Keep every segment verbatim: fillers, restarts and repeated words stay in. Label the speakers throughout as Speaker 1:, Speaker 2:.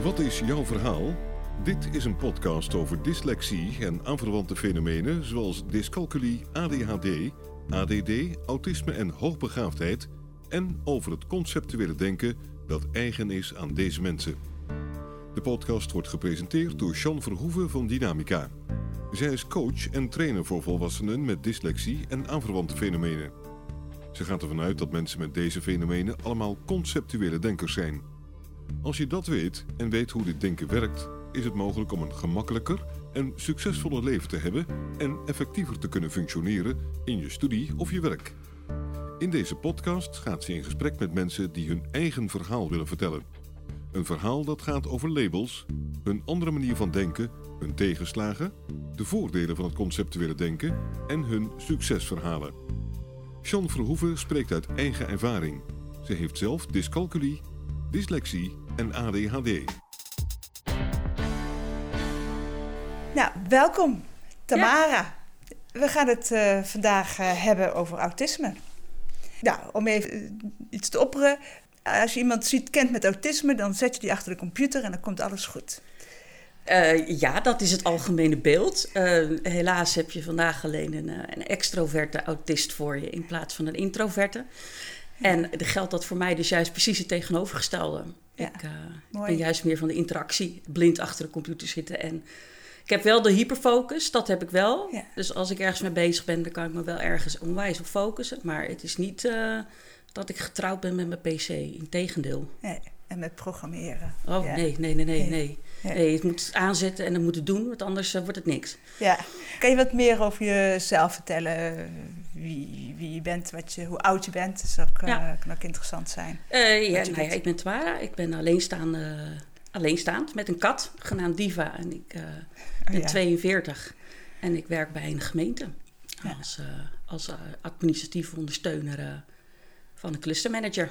Speaker 1: Wat is jouw verhaal? Dit is een podcast over dyslexie en aanverwante fenomenen zoals dyscalculie, A D H D, A D D, autisme en hoogbegaafdheid en over het conceptuele denken dat eigen is aan deze mensen. De podcast wordt gepresenteerd door Jean Verhoeven van Dynamica. Zij is coach en trainer voor volwassenen met dyslexie en aanverwante fenomenen. Ze gaat ervan uit dat mensen met deze fenomenen allemaal conceptuele denkers zijn. Als je dat weet en weet hoe dit denken werkt, is het mogelijk om een gemakkelijker en succesvoller leven te hebben en effectiever te kunnen functioneren in je studie of je werk. In deze podcast gaat ze in gesprek met mensen die hun eigen verhaal willen vertellen. Een verhaal dat gaat over labels, hun andere manier van denken, hun tegenslagen, de voordelen van het conceptuele denken en hun succesverhalen. Jean Verhoeven spreekt uit eigen ervaring. Ze heeft zelf dyscalculie, dyslexie en A D H D.
Speaker 2: Nou, welkom Tamara. Ja. We gaan het uh, vandaag uh, hebben over autisme. Nou, om even uh, iets te opperen. Als je iemand ziet, kent met autisme, dan zet je die achter de computer en dan komt alles goed.
Speaker 3: Uh, ja, dat is het algemene beeld. Uh, helaas heb je vandaag alleen een, een extroverte autist voor je in plaats van een introverte. Ja. En er geldt dat voor mij dus juist precies het tegenovergestelde. Ja, ik uh, ben juist meer van de interactie, blind achter de computer zitten. En ik heb wel de hyperfocus, dat heb ik wel. Ja. Dus als ik ergens mee bezig ben, dan kan ik me wel ergens onwijs op focussen. Maar het is niet uh, dat ik getrouwd ben met mijn P C, integendeel.
Speaker 2: Nee, en met programmeren.
Speaker 3: Oh,
Speaker 2: ja. nee,
Speaker 3: nee, nee, nee, nee. nee. Ja. Nee, het moet aanzetten en dan moet het doen, want anders uh, wordt het niks.
Speaker 2: Ja. Kan je wat meer over jezelf vertellen? Wie, wie je bent, wat je, hoe oud je bent? Dat is ook, uh, ja. kan ook interessant zijn.
Speaker 3: Uh, ja, nou ja, ik ben Tamara. Ik ben alleenstaande, uh, alleenstaand met een kat, genaamd Diva. En ik uh, ben oh, ja. tweeënveertig. En ik werk bij een gemeente ja. als, uh, als uh, administratieve ondersteuner uh, van een clustermanager.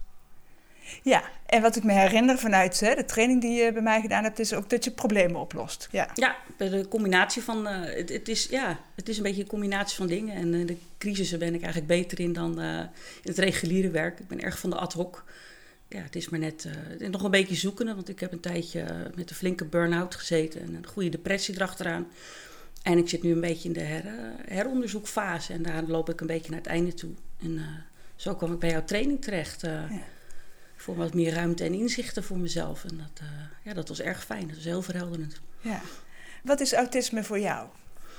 Speaker 2: Ja, en wat ik me herinner vanuit hè, de training die je bij mij gedaan hebt, is ook dat je problemen oplost. Ja,
Speaker 3: ja de combinatie van, uh, het, het, is, ja, het is een beetje een combinatie van dingen. En uh, de crisissen ben ik eigenlijk beter in dan uh, in het reguliere werk. Ik ben erg van de ad hoc. Ja, het is maar net uh, nog een beetje zoekende, want ik heb een tijdje uh, met een flinke burn-out gezeten en een goede depressie erachteraan. En ik zit nu een beetje in de her, uh, heronderzoekfase en daar loop ik een beetje naar het einde toe. En uh, zo kwam ik bij jouw training terecht. Uh, ja. Voor wat meer ruimte en inzichten voor mezelf. En dat, uh, ja, dat was erg fijn. Dat was heel verhelderend.
Speaker 2: Ja. Wat is autisme voor jou?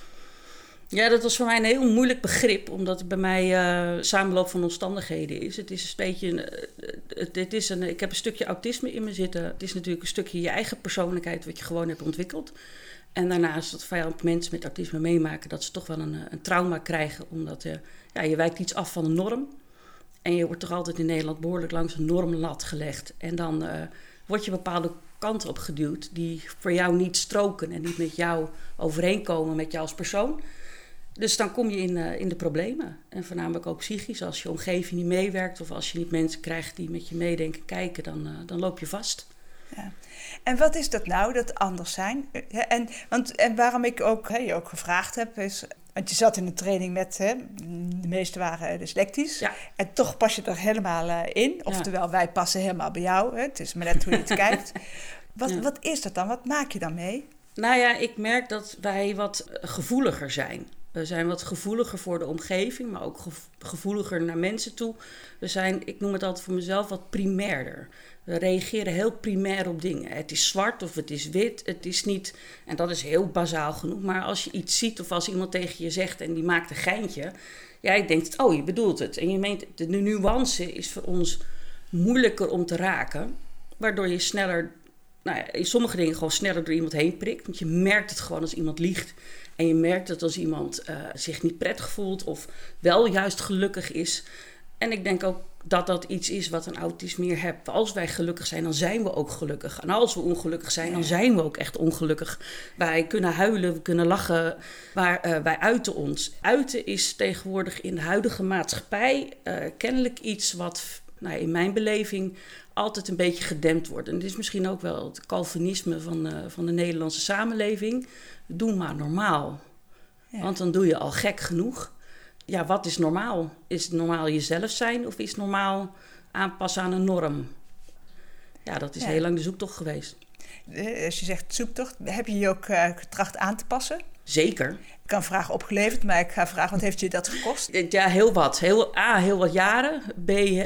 Speaker 3: Ja, dat was voor mij een heel moeilijk begrip. Omdat het bij mij uh, samenloop van omstandigheden is. Het is een beetje... Uh, het, het is een, ik heb een stukje autisme in me zitten. Het is natuurlijk een stukje je eigen persoonlijkheid wat je gewoon hebt ontwikkeld. En daarnaast dat veel mensen met autisme meemaken dat ze toch wel een, een trauma krijgen. Omdat uh, ja, je wijkt iets af van een norm. En je wordt toch altijd in Nederland behoorlijk langs een normlat gelegd. En dan uh, word je bepaalde kanten op geduwd die voor jou niet stroken en niet met jou overeenkomen met jou als persoon. Dus dan kom je in, uh, in de problemen. En voornamelijk ook psychisch. Als je omgeving niet meewerkt of als je niet mensen krijgt die met je meedenken kijken, dan, uh, dan loop je vast.
Speaker 2: Ja. En wat is dat nou, dat anders zijn? En, want, en waarom ik ook, hè, je ook gevraagd heb, is... Want je zat in een training met, hè, de meesten waren dyslectisch. Ja. En toch pas je er helemaal uh, in. Oftewel, ja. wij passen helemaal bij jou. Hè. Het is maar net hoe je het kijkt. Wat, ja. wat is dat dan? Wat maak je dan mee?
Speaker 3: Nou ja, ik merk dat wij wat gevoeliger zijn. We zijn wat gevoeliger voor de omgeving, maar ook gevoeliger naar mensen toe. We zijn, ik noem het altijd voor mezelf, wat primairder. We reageren heel primair op dingen. Het is zwart of het is wit, het is niet... En dat is heel bazaal genoeg. Maar als je iets ziet of als iemand tegen je zegt en die maakt een geintje... Jij denkt, oh, je bedoelt het. En je meent, de nuance is voor ons moeilijker om te raken. Waardoor je sneller, nou ja, in sommige dingen gewoon sneller door iemand heen prikt. Want je merkt het gewoon als iemand liegt. En je merkt het als iemand uh, zich niet prettig voelt of wel juist gelukkig is... En ik denk ook dat dat iets is wat een autist meer hebt. Als wij gelukkig zijn, dan zijn we ook gelukkig. En als we ongelukkig zijn, dan zijn we ook echt ongelukkig. Wij kunnen huilen, we kunnen lachen, maar uh, wij uiten ons. Uiten is tegenwoordig in de huidige maatschappij uh, kennelijk iets wat nou, in mijn beleving altijd een beetje gedempt wordt. En dit is misschien ook wel het Calvinisme van, uh, van de Nederlandse samenleving. Doe maar normaal, ja. Want dan doe je al gek genoeg. Ja, wat is normaal? Is het normaal jezelf zijn of is het normaal aanpassen aan een norm? Ja, dat is ja. heel lang de zoektocht geweest.
Speaker 2: Als je zegt zoektocht, heb je je ook uh, getracht aan te passen?
Speaker 3: Zeker.
Speaker 2: Ik kan vragen opgeleverd, maar ik ga vragen, wat heeft je dat gekost?
Speaker 3: Ja, heel wat. Heel, A, heel wat jaren. B, uh,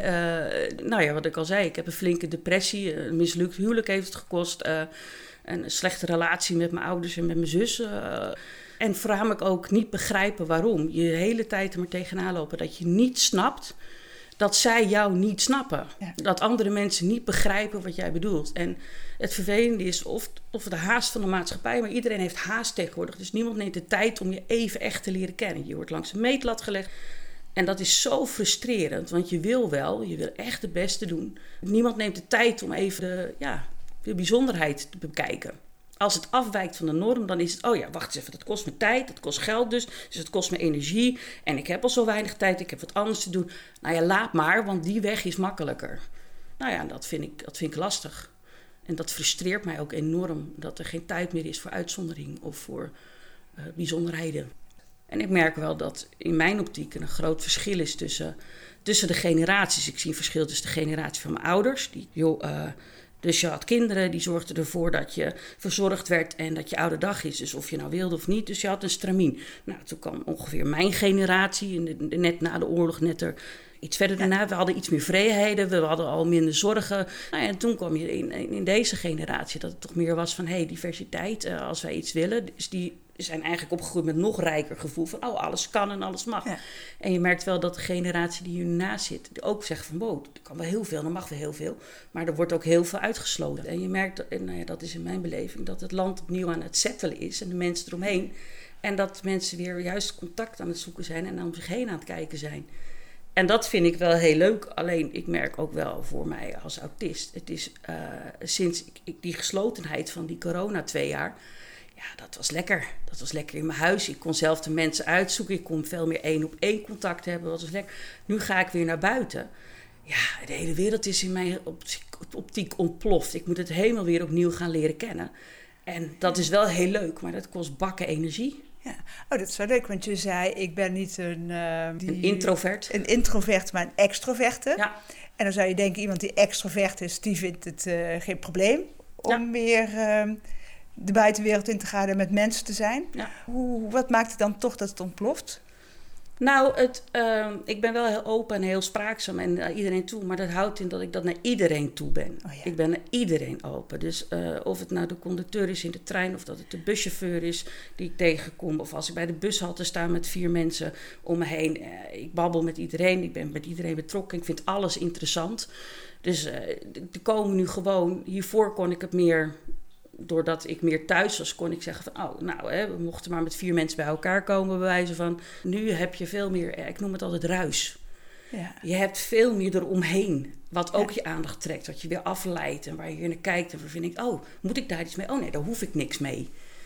Speaker 3: nou ja, wat ik al zei, ik heb een flinke depressie. Een mislukt huwelijk heeft het gekost. Uh, een slechte relatie met mijn ouders en met mijn zus. Uh, en voornamelijk ook niet begrijpen waarom. Je de hele tijd er maar tegenaan lopen. Dat je niet snapt dat zij jou niet snappen. Ja. Dat andere mensen niet begrijpen wat jij bedoelt. En het vervelende is of, of de haast van de maatschappij, maar iedereen heeft haast tegenwoordig. Dus niemand neemt de tijd om je even echt te leren kennen. Je wordt langs een meetlat gelegd. En dat is zo frustrerend, want je wil wel, je wil echt het beste doen. Niemand neemt de tijd om even de, ja, de bijzonderheid te bekijken. Als het afwijkt van de norm, dan is het, oh ja, wacht eens even, dat kost me tijd, dat kost geld dus, dus het kost me energie. En ik heb al zo weinig tijd, ik heb wat anders te doen. Nou ja, laat maar, want die weg is makkelijker. Nou ja, dat vind ik, dat vind ik lastig. En dat frustreert mij ook enorm, dat er geen tijd meer is voor uitzondering of voor uh, bijzonderheden. En ik merk wel dat in mijn optiek een groot verschil is tussen, tussen de generaties. Ik zie een verschil tussen de generatie van mijn ouders, die, joh, uh, dus je had kinderen, die zorgden ervoor dat je verzorgd werd en dat je oude dag is. Dus of je nou wilde of niet, dus je had een stramien. Nou, toen kwam ongeveer mijn generatie, net na de oorlog, net er iets verder daarna. We hadden iets meer vrijheden, we hadden al minder zorgen. Nou ja, en toen kwam je in, in deze generatie dat het toch meer was van, hé, hey, diversiteit, uh, als wij iets willen. Dus die zijn eigenlijk opgegroeid met nog rijker gevoel van, oh, alles kan en alles mag. Ja. En je merkt wel dat de generatie die hiernaast zit, die ook zegt van, wow, er kan wel heel veel, er mag wel heel veel. Maar er wordt ook heel veel uitgesloten. En je merkt, en nou ja, dat is in mijn beleving, dat het land opnieuw aan het settelen is en de mensen eromheen. En dat mensen weer juist contact aan het zoeken zijn en om zich heen aan het kijken zijn. En dat vind ik wel heel leuk. Alleen ik merk ook wel voor mij als autist. Het is uh, sinds ik, ik, die geslotenheid van die corona twee jaar. Ja, dat was lekker. Dat was lekker in mijn huis. Ik kon zelf de mensen uitzoeken. Ik kon veel meer één op één contact hebben. Dat was lekker. Nu ga ik weer naar buiten. Ja, de hele wereld is in mijn optiek ontploft. Ik moet het helemaal weer opnieuw gaan leren kennen. En dat is wel heel leuk, maar dat kost bakken energie.
Speaker 2: Ja. Oh, dat is wel leuk, want je zei, ik ben niet een... Uh, die,
Speaker 3: een introvert.
Speaker 2: Een introvert, maar een extroverte.
Speaker 3: Ja.
Speaker 2: En dan zou je denken, iemand die extrovert is, die vindt het uh, geen probleem om ja. weer uh, de buitenwereld in te gaan en met mensen te zijn.
Speaker 3: Ja.
Speaker 2: Hoe, wat maakt het dan toch dat het ontploft?
Speaker 3: Nou, het, uh, ik ben wel heel open en heel spraakzaam en naar iedereen toe. Maar dat houdt in dat ik dat naar iedereen toe ben. Oh ja. Ik ben naar iedereen open. Dus uh, of het nou de conducteur is in de trein, of dat het de buschauffeur is die ik tegenkom. Of als ik bij de bushalte sta met vier mensen om me heen. Uh, ik babbel met iedereen, ik ben met iedereen betrokken. Ik vind alles interessant. Dus uh, er komen nu gewoon, hiervoor kon ik het meer... Doordat ik meer thuis was, kon ik zeggen van... oh, nou, hè, we mochten maar met vier mensen bij elkaar komen, bij wijze van... Nu heb je veel meer, ik noem het altijd ruis. Ja. Je hebt veel meer eromheen, wat ook ja. je aandacht trekt. Wat je weer afleidt en waar je weer naar kijkt. En dan vind ik, oh, moet ik daar iets mee? Oh nee, daar hoef ik niks mee.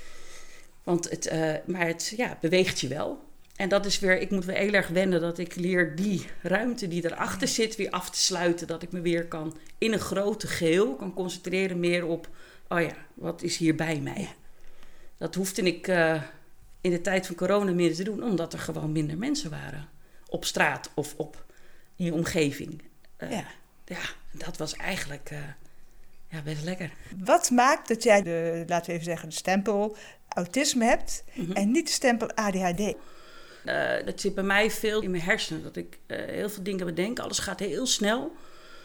Speaker 3: Want het, uh, maar het ja, beweegt je wel. En dat is weer, ik moet weer heel erg wennen dat ik leer die ruimte die erachter zit weer af te sluiten. Dat ik me weer kan in een grote geheel kan concentreren meer op... oh ja, wat is hier bij mij? Ja. Dat hoefde ik uh, in de tijd van corona meer te doen... omdat er gewoon minder mensen waren. Op straat of op in je omgeving. Uh, ja. ja, dat was eigenlijk uh, ja, best lekker.
Speaker 2: Wat maakt dat jij, de, laten we even zeggen, de stempel autisme hebt... Mm-hmm. en niet de stempel A D H D?
Speaker 3: Uh, dat zit bij mij veel in mijn hersenen. Dat ik uh, heel veel dingen bedenk. Alles gaat heel snel.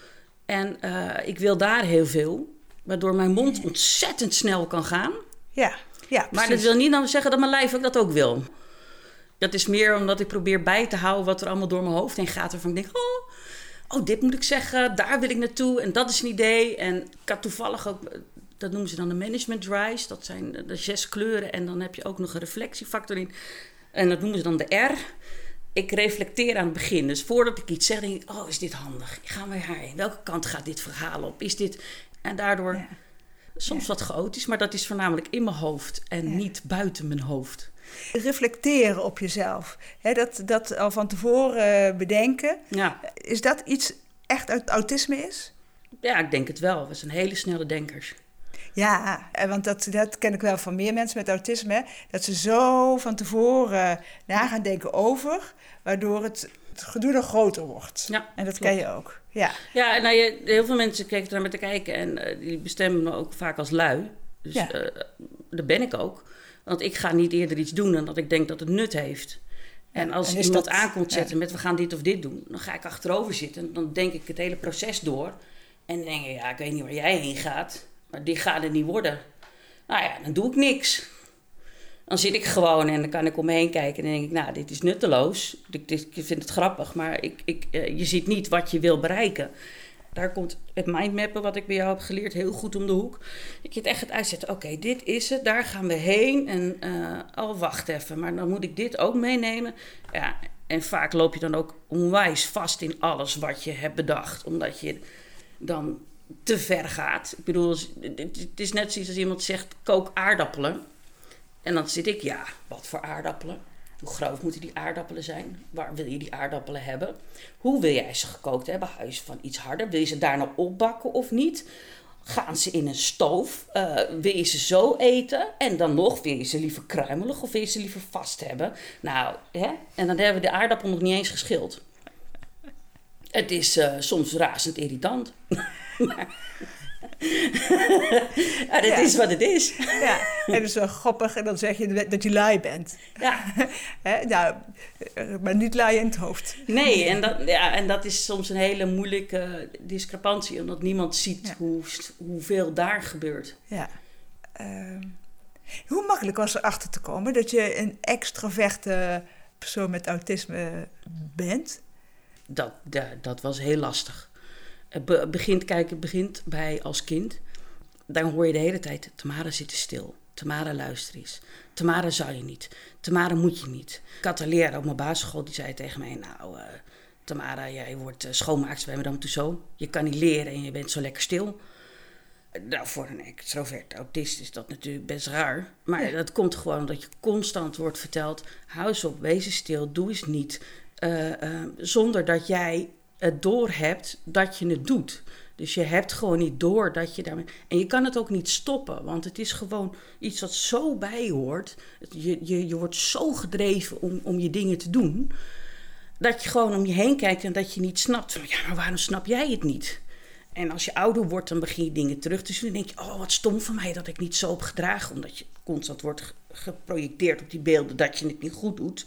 Speaker 3: En uh, ik wil daar heel veel... waardoor mijn mond ontzettend snel kan gaan.
Speaker 2: Ja, ja,
Speaker 3: maar dat wil niet dan zeggen dat mijn lijf ook dat ook wil. Dat is meer omdat ik probeer bij te houden wat er allemaal door mijn hoofd heen gaat. Waarvan ik denk, oh, oh, dit moet ik zeggen, daar wil ik naartoe en dat is een idee. En ik had toevallig ook, dat noemen ze dan de management drives. Dat zijn de zes kleuren en dan heb je ook nog een reflectiefactor in. En dat noemen ze dan de R. Ik reflecteer aan het begin. Dus voordat ik iets zeg, denk ik, oh, is dit handig? Gaan we hierheen? Welke kant gaat dit verhaal op? Is dit... En daardoor ja. soms ja. wat chaotisch, maar dat is voornamelijk in mijn hoofd en ja. niet buiten mijn hoofd.
Speaker 2: Reflecteren op jezelf, He, dat, dat al van tevoren bedenken. Ja. Is dat iets echt uit autisme is?
Speaker 3: Ja, ik denk het wel. We zijn hele snelle denkers.
Speaker 2: Ja, want dat, dat ken ik wel van meer mensen met autisme. Dat ze zo van tevoren na gaan denken over, waardoor het het gedoe nog groter wordt.
Speaker 3: Ja,
Speaker 2: en dat
Speaker 3: klopt.
Speaker 2: ken je ook. Ja,
Speaker 3: ja nou, je, heel veel mensen kijken er naar te kijken en uh, die bestemmen me ook vaak als lui. Dus ja. uh, dat ben ik ook. Want ik ga niet eerder iets doen dan dat ik denk dat het nut heeft. En als en iemand dat, aankomt zetten ja. met we gaan dit of dit doen, dan ga ik achterover zitten. En dan denk ik het hele proces door. En dan denk ik, ja, ik weet niet waar jij heen gaat, maar dit gaat het niet worden. Nou ja, dan doe ik niks. Dan zit ik gewoon en dan kan ik om me heen kijken en dan denk ik, nou, dit is nutteloos. Ik, ik vind het grappig, maar ik, ik, je ziet niet wat je wil bereiken. Daar komt het mindmappen, wat ik bij jou heb geleerd, heel goed om de hoek. Dat je het echt gaat uitzetten. Oké, okay, dit is het, daar gaan we heen. En uh, oh, wacht even, maar dan moet ik dit ook meenemen. Ja, en vaak loop je dan ook onwijs vast in alles wat je hebt bedacht. Omdat je dan te ver gaat. Ik bedoel, het is net zoiets als iemand zegt, kook aardappelen. En dan zit ik, ja, wat voor aardappelen? Hoe groot moeten die aardappelen zijn? Waar wil je die aardappelen hebben? Hoe wil jij ze gekookt hebben? Hou je ze van iets harder? Wil je ze daar nou opbakken of niet? Gaan ze in een stoof? Uh, wil je ze zo eten? En dan nog, wil je ze liever kruimelig of wil je ze liever vast hebben? Nou, hè? En dan hebben we de aardappel nog niet eens geschild. Het is uh, soms razend irritant. maar... ja, dat ja. is wat het is.
Speaker 2: Ja, en dat is wel grappig. En dan zeg je dat je lui bent.
Speaker 3: Ja.
Speaker 2: He, nou, maar niet lui in het hoofd.
Speaker 3: Nee, en dat, ja, en dat is soms een hele moeilijke discrepantie. Omdat niemand ziet ja. hoe, hoeveel daar gebeurt.
Speaker 2: Ja. Uh, hoe makkelijk was er achter te komen dat je een extraverte persoon met autisme bent?
Speaker 3: Dat, dat, dat was heel lastig. Het begint, kijk, het begint bij als kind. Dan hoor je de hele tijd, Tamara zit stil. Tamara luister eens. Tamara zou je niet. Tamara moet je niet. Ik had een leraar op mijn basisschool die zei tegen mij, nou uh, Tamara, jij wordt uh, schoonmaakster bij Madame Tussauds. Je kan niet leren en je bent zo lekker stil. Nou, voor een extrovert autist is dat natuurlijk best raar. Maar ja. dat komt gewoon omdat je constant wordt verteld, hou eens op, wees eens stil, doe eens niet. Uh, uh, zonder dat jij het door hebt dat je het doet. Dus je hebt gewoon niet door dat je daarmee... En je kan het ook niet stoppen, want het is gewoon iets wat zo bij hoort. Je, je, je wordt zo gedreven om, om je dingen te doen, dat je gewoon om je heen kijkt en dat je niet snapt van, ja, maar waarom snap jij het niet? En als je ouder wordt, dan begin je dingen terug te zien. Dan denk je, oh, wat stom van mij dat ik niet zo heb gedragen. Omdat je constant wordt geprojecteerd op die beelden dat je het niet goed doet.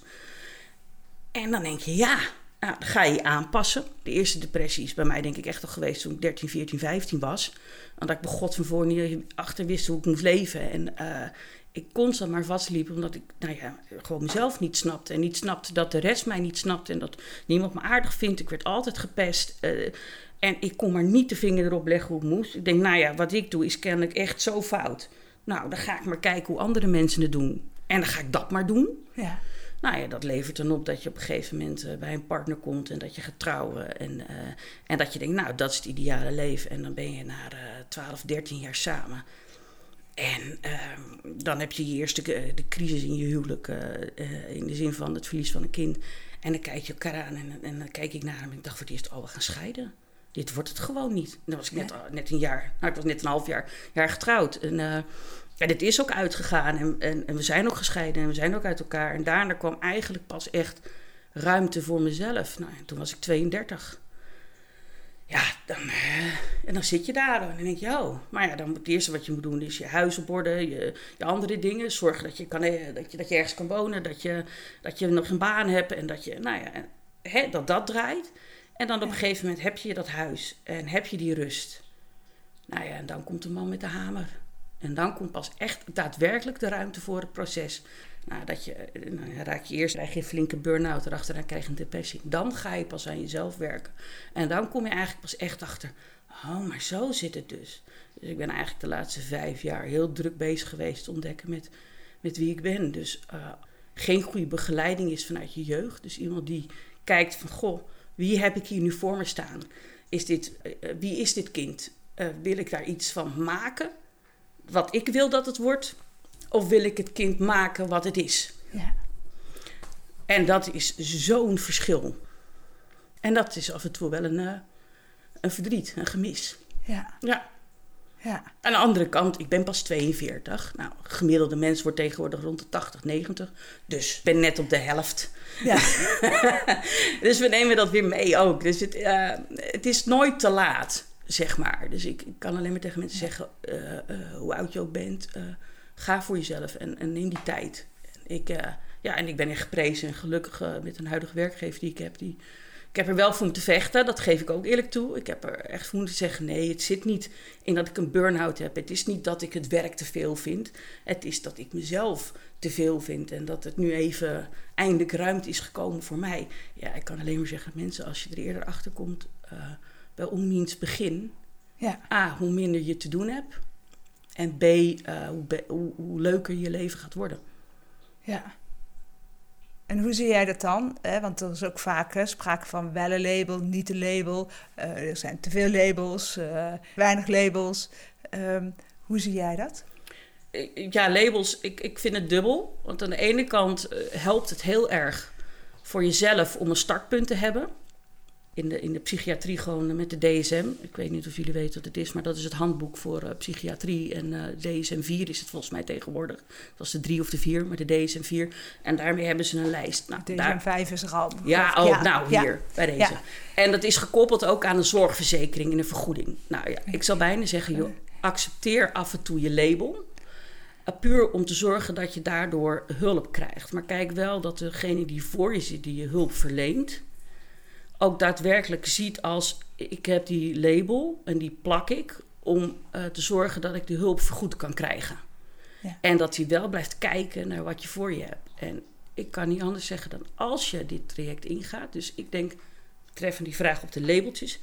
Speaker 3: En dan denk je, ja... Nou, dan ga je je aanpassen. De eerste depressie is bij mij denk ik echt al geweest toen ik dertien, veertien, vijftien was. Omdat ik bij God van voor niet achter wist hoe ik moest leven. En uh, ik constant maar vastliep omdat ik nou ja, gewoon mezelf niet snapte. En niet snapte dat de rest mij niet snapte. En dat niemand me aardig vindt. Ik werd altijd gepest. Uh, en ik kon maar niet de vinger erop leggen hoe het moest. Ik denk, nou ja, wat ik doe is kennelijk echt zo fout. Nou, dan ga ik maar kijken hoe andere mensen het doen. En dan ga ik dat maar doen. Ja. Nou ja, dat levert dan op dat je op een gegeven moment uh, bij een partner komt en dat je gaat trouwen. En, uh, en dat je denkt, nou, dat is het ideale leven. En dan ben je na uh, twaalf, dertien jaar samen. En uh, dan heb je je eerste uh, de crisis in je huwelijk, uh, uh, in de zin van het verlies van een kind. En dan kijk je elkaar aan en, en dan kijk ik naar hem en ik dacht voor het eerst, oh, we gaan scheiden. Dit wordt het gewoon niet. En dan was ik net, ja. net een jaar, nou, ik was net een half jaar, jaar getrouwd. En... Uh, Ja, dit is ook uitgegaan en, en, en we zijn ook gescheiden en we zijn ook uit elkaar. En daarna kwam eigenlijk pas echt ruimte voor mezelf. Nou, en toen was ik tweeëndertig. Ja, dan, uh, en dan zit je daar en dan denk je, oh. Maar ja, dan het eerste wat je moet doen is je huis op orde, je, je andere dingen. Zorgen dat je, kan, dat, je, dat je ergens kan wonen, dat je, dat je nog een baan hebt en dat je, nou ja, hè, dat dat draait. En dan op een gegeven moment heb je dat huis en heb je die rust. Nou ja, en dan komt de man met de hamer. En dan komt pas echt daadwerkelijk de ruimte voor het proces. Nou, dat je, nou, raak je eerst, krijg je een flinke burn-out, erachteraan krijg je een depressie. Dan ga je pas aan jezelf werken. En dan kom je eigenlijk pas echt achter, oh, maar zo zit het dus. Dus ik ben eigenlijk de laatste vijf jaar heel druk bezig geweest te ontdekken met, met wie ik ben. Dus uh, geen goede begeleiding is vanuit je jeugd. Dus iemand die kijkt van, goh, wie heb ik hier nu voor me staan? Is dit, uh, wie is dit kind? Uh, wil ik daar iets van maken? Wat ik wil dat het wordt, of wil ik het kind maken wat het is? Ja. En dat is zo'n verschil. En dat is af en toe wel een, uh, een verdriet, een gemis.
Speaker 2: Ja.
Speaker 3: Ja.
Speaker 2: Ja.
Speaker 3: Aan de andere kant, ik ben pas tweeënveertig. Nou, gemiddelde mens wordt tegenwoordig rond de tachtig, negentig. Dus ik ben net op de helft.
Speaker 2: Ja.
Speaker 3: Dus we nemen dat weer mee ook. Dus het, uh, het is nooit te laat, zeg maar. Dus ik, ik kan alleen maar tegen mensen zeggen, uh, uh, hoe oud je ook bent, uh, ga voor jezelf en, en neem die tijd. En ik, uh, ja, en ik ben echt geprezen en gelukkig uh, met een huidige werkgever die ik heb. Die, ik heb er wel voor moeten vechten, dat geef ik ook eerlijk toe. Ik heb er echt voor moeten zeggen, nee, het zit niet in dat ik een burn-out heb. Het is niet dat ik het werk te veel vind. Het is dat ik mezelf te veel vind en dat het nu even eindelijk ruimte is gekomen voor mij. Ja, ik kan alleen maar zeggen, mensen, als je er eerder achter komt, uh, bij onmiens begin. Ja. A, hoe minder je te doen hebt. En B, uh, hoe, be- hoe, hoe leuker je leven gaat worden.
Speaker 2: Ja. En hoe zie jij dat dan? Eh, want er is ook vaak hè, sprake van wel een label, niet een label. Uh, er zijn te veel labels, uh, weinig labels. Um, hoe zie jij dat?
Speaker 3: Ja, labels, ik, ik vind het dubbel. Want aan de ene kant uh, helpt het heel erg voor jezelf om een startpunt te hebben. In de, in de psychiatrie gewoon met de D S M. Ik weet niet of jullie weten wat het is, maar dat is het handboek voor uh, psychiatrie. En uh, D S M vier is het volgens mij tegenwoordig. Dat was de drie of de vier, maar de D S M vier. En daarmee hebben ze een lijst. Nou,
Speaker 2: D S M
Speaker 3: daar...
Speaker 2: vijf is er al.
Speaker 3: Ja, oh,
Speaker 2: ja,
Speaker 3: nou
Speaker 2: ja.
Speaker 3: hier, bij deze.
Speaker 2: Ja.
Speaker 3: En dat is gekoppeld ook aan een zorgverzekering en een vergoeding. Nou ja, ik zou bijna zeggen, joh, accepteer af en toe je label. Uh, puur om te zorgen dat je daardoor hulp krijgt. Maar kijk wel dat degene die voor je zit, die je hulp verleent, ook daadwerkelijk ziet als, ik heb die label en die plak ik om uh, te zorgen dat ik de hulp vergoed kan krijgen. Ja. En dat hij wel blijft kijken naar wat je voor je hebt. En ik kan niet anders zeggen dan als je dit traject ingaat. Dus ik denk, betreffend die vraag op de labeltjes,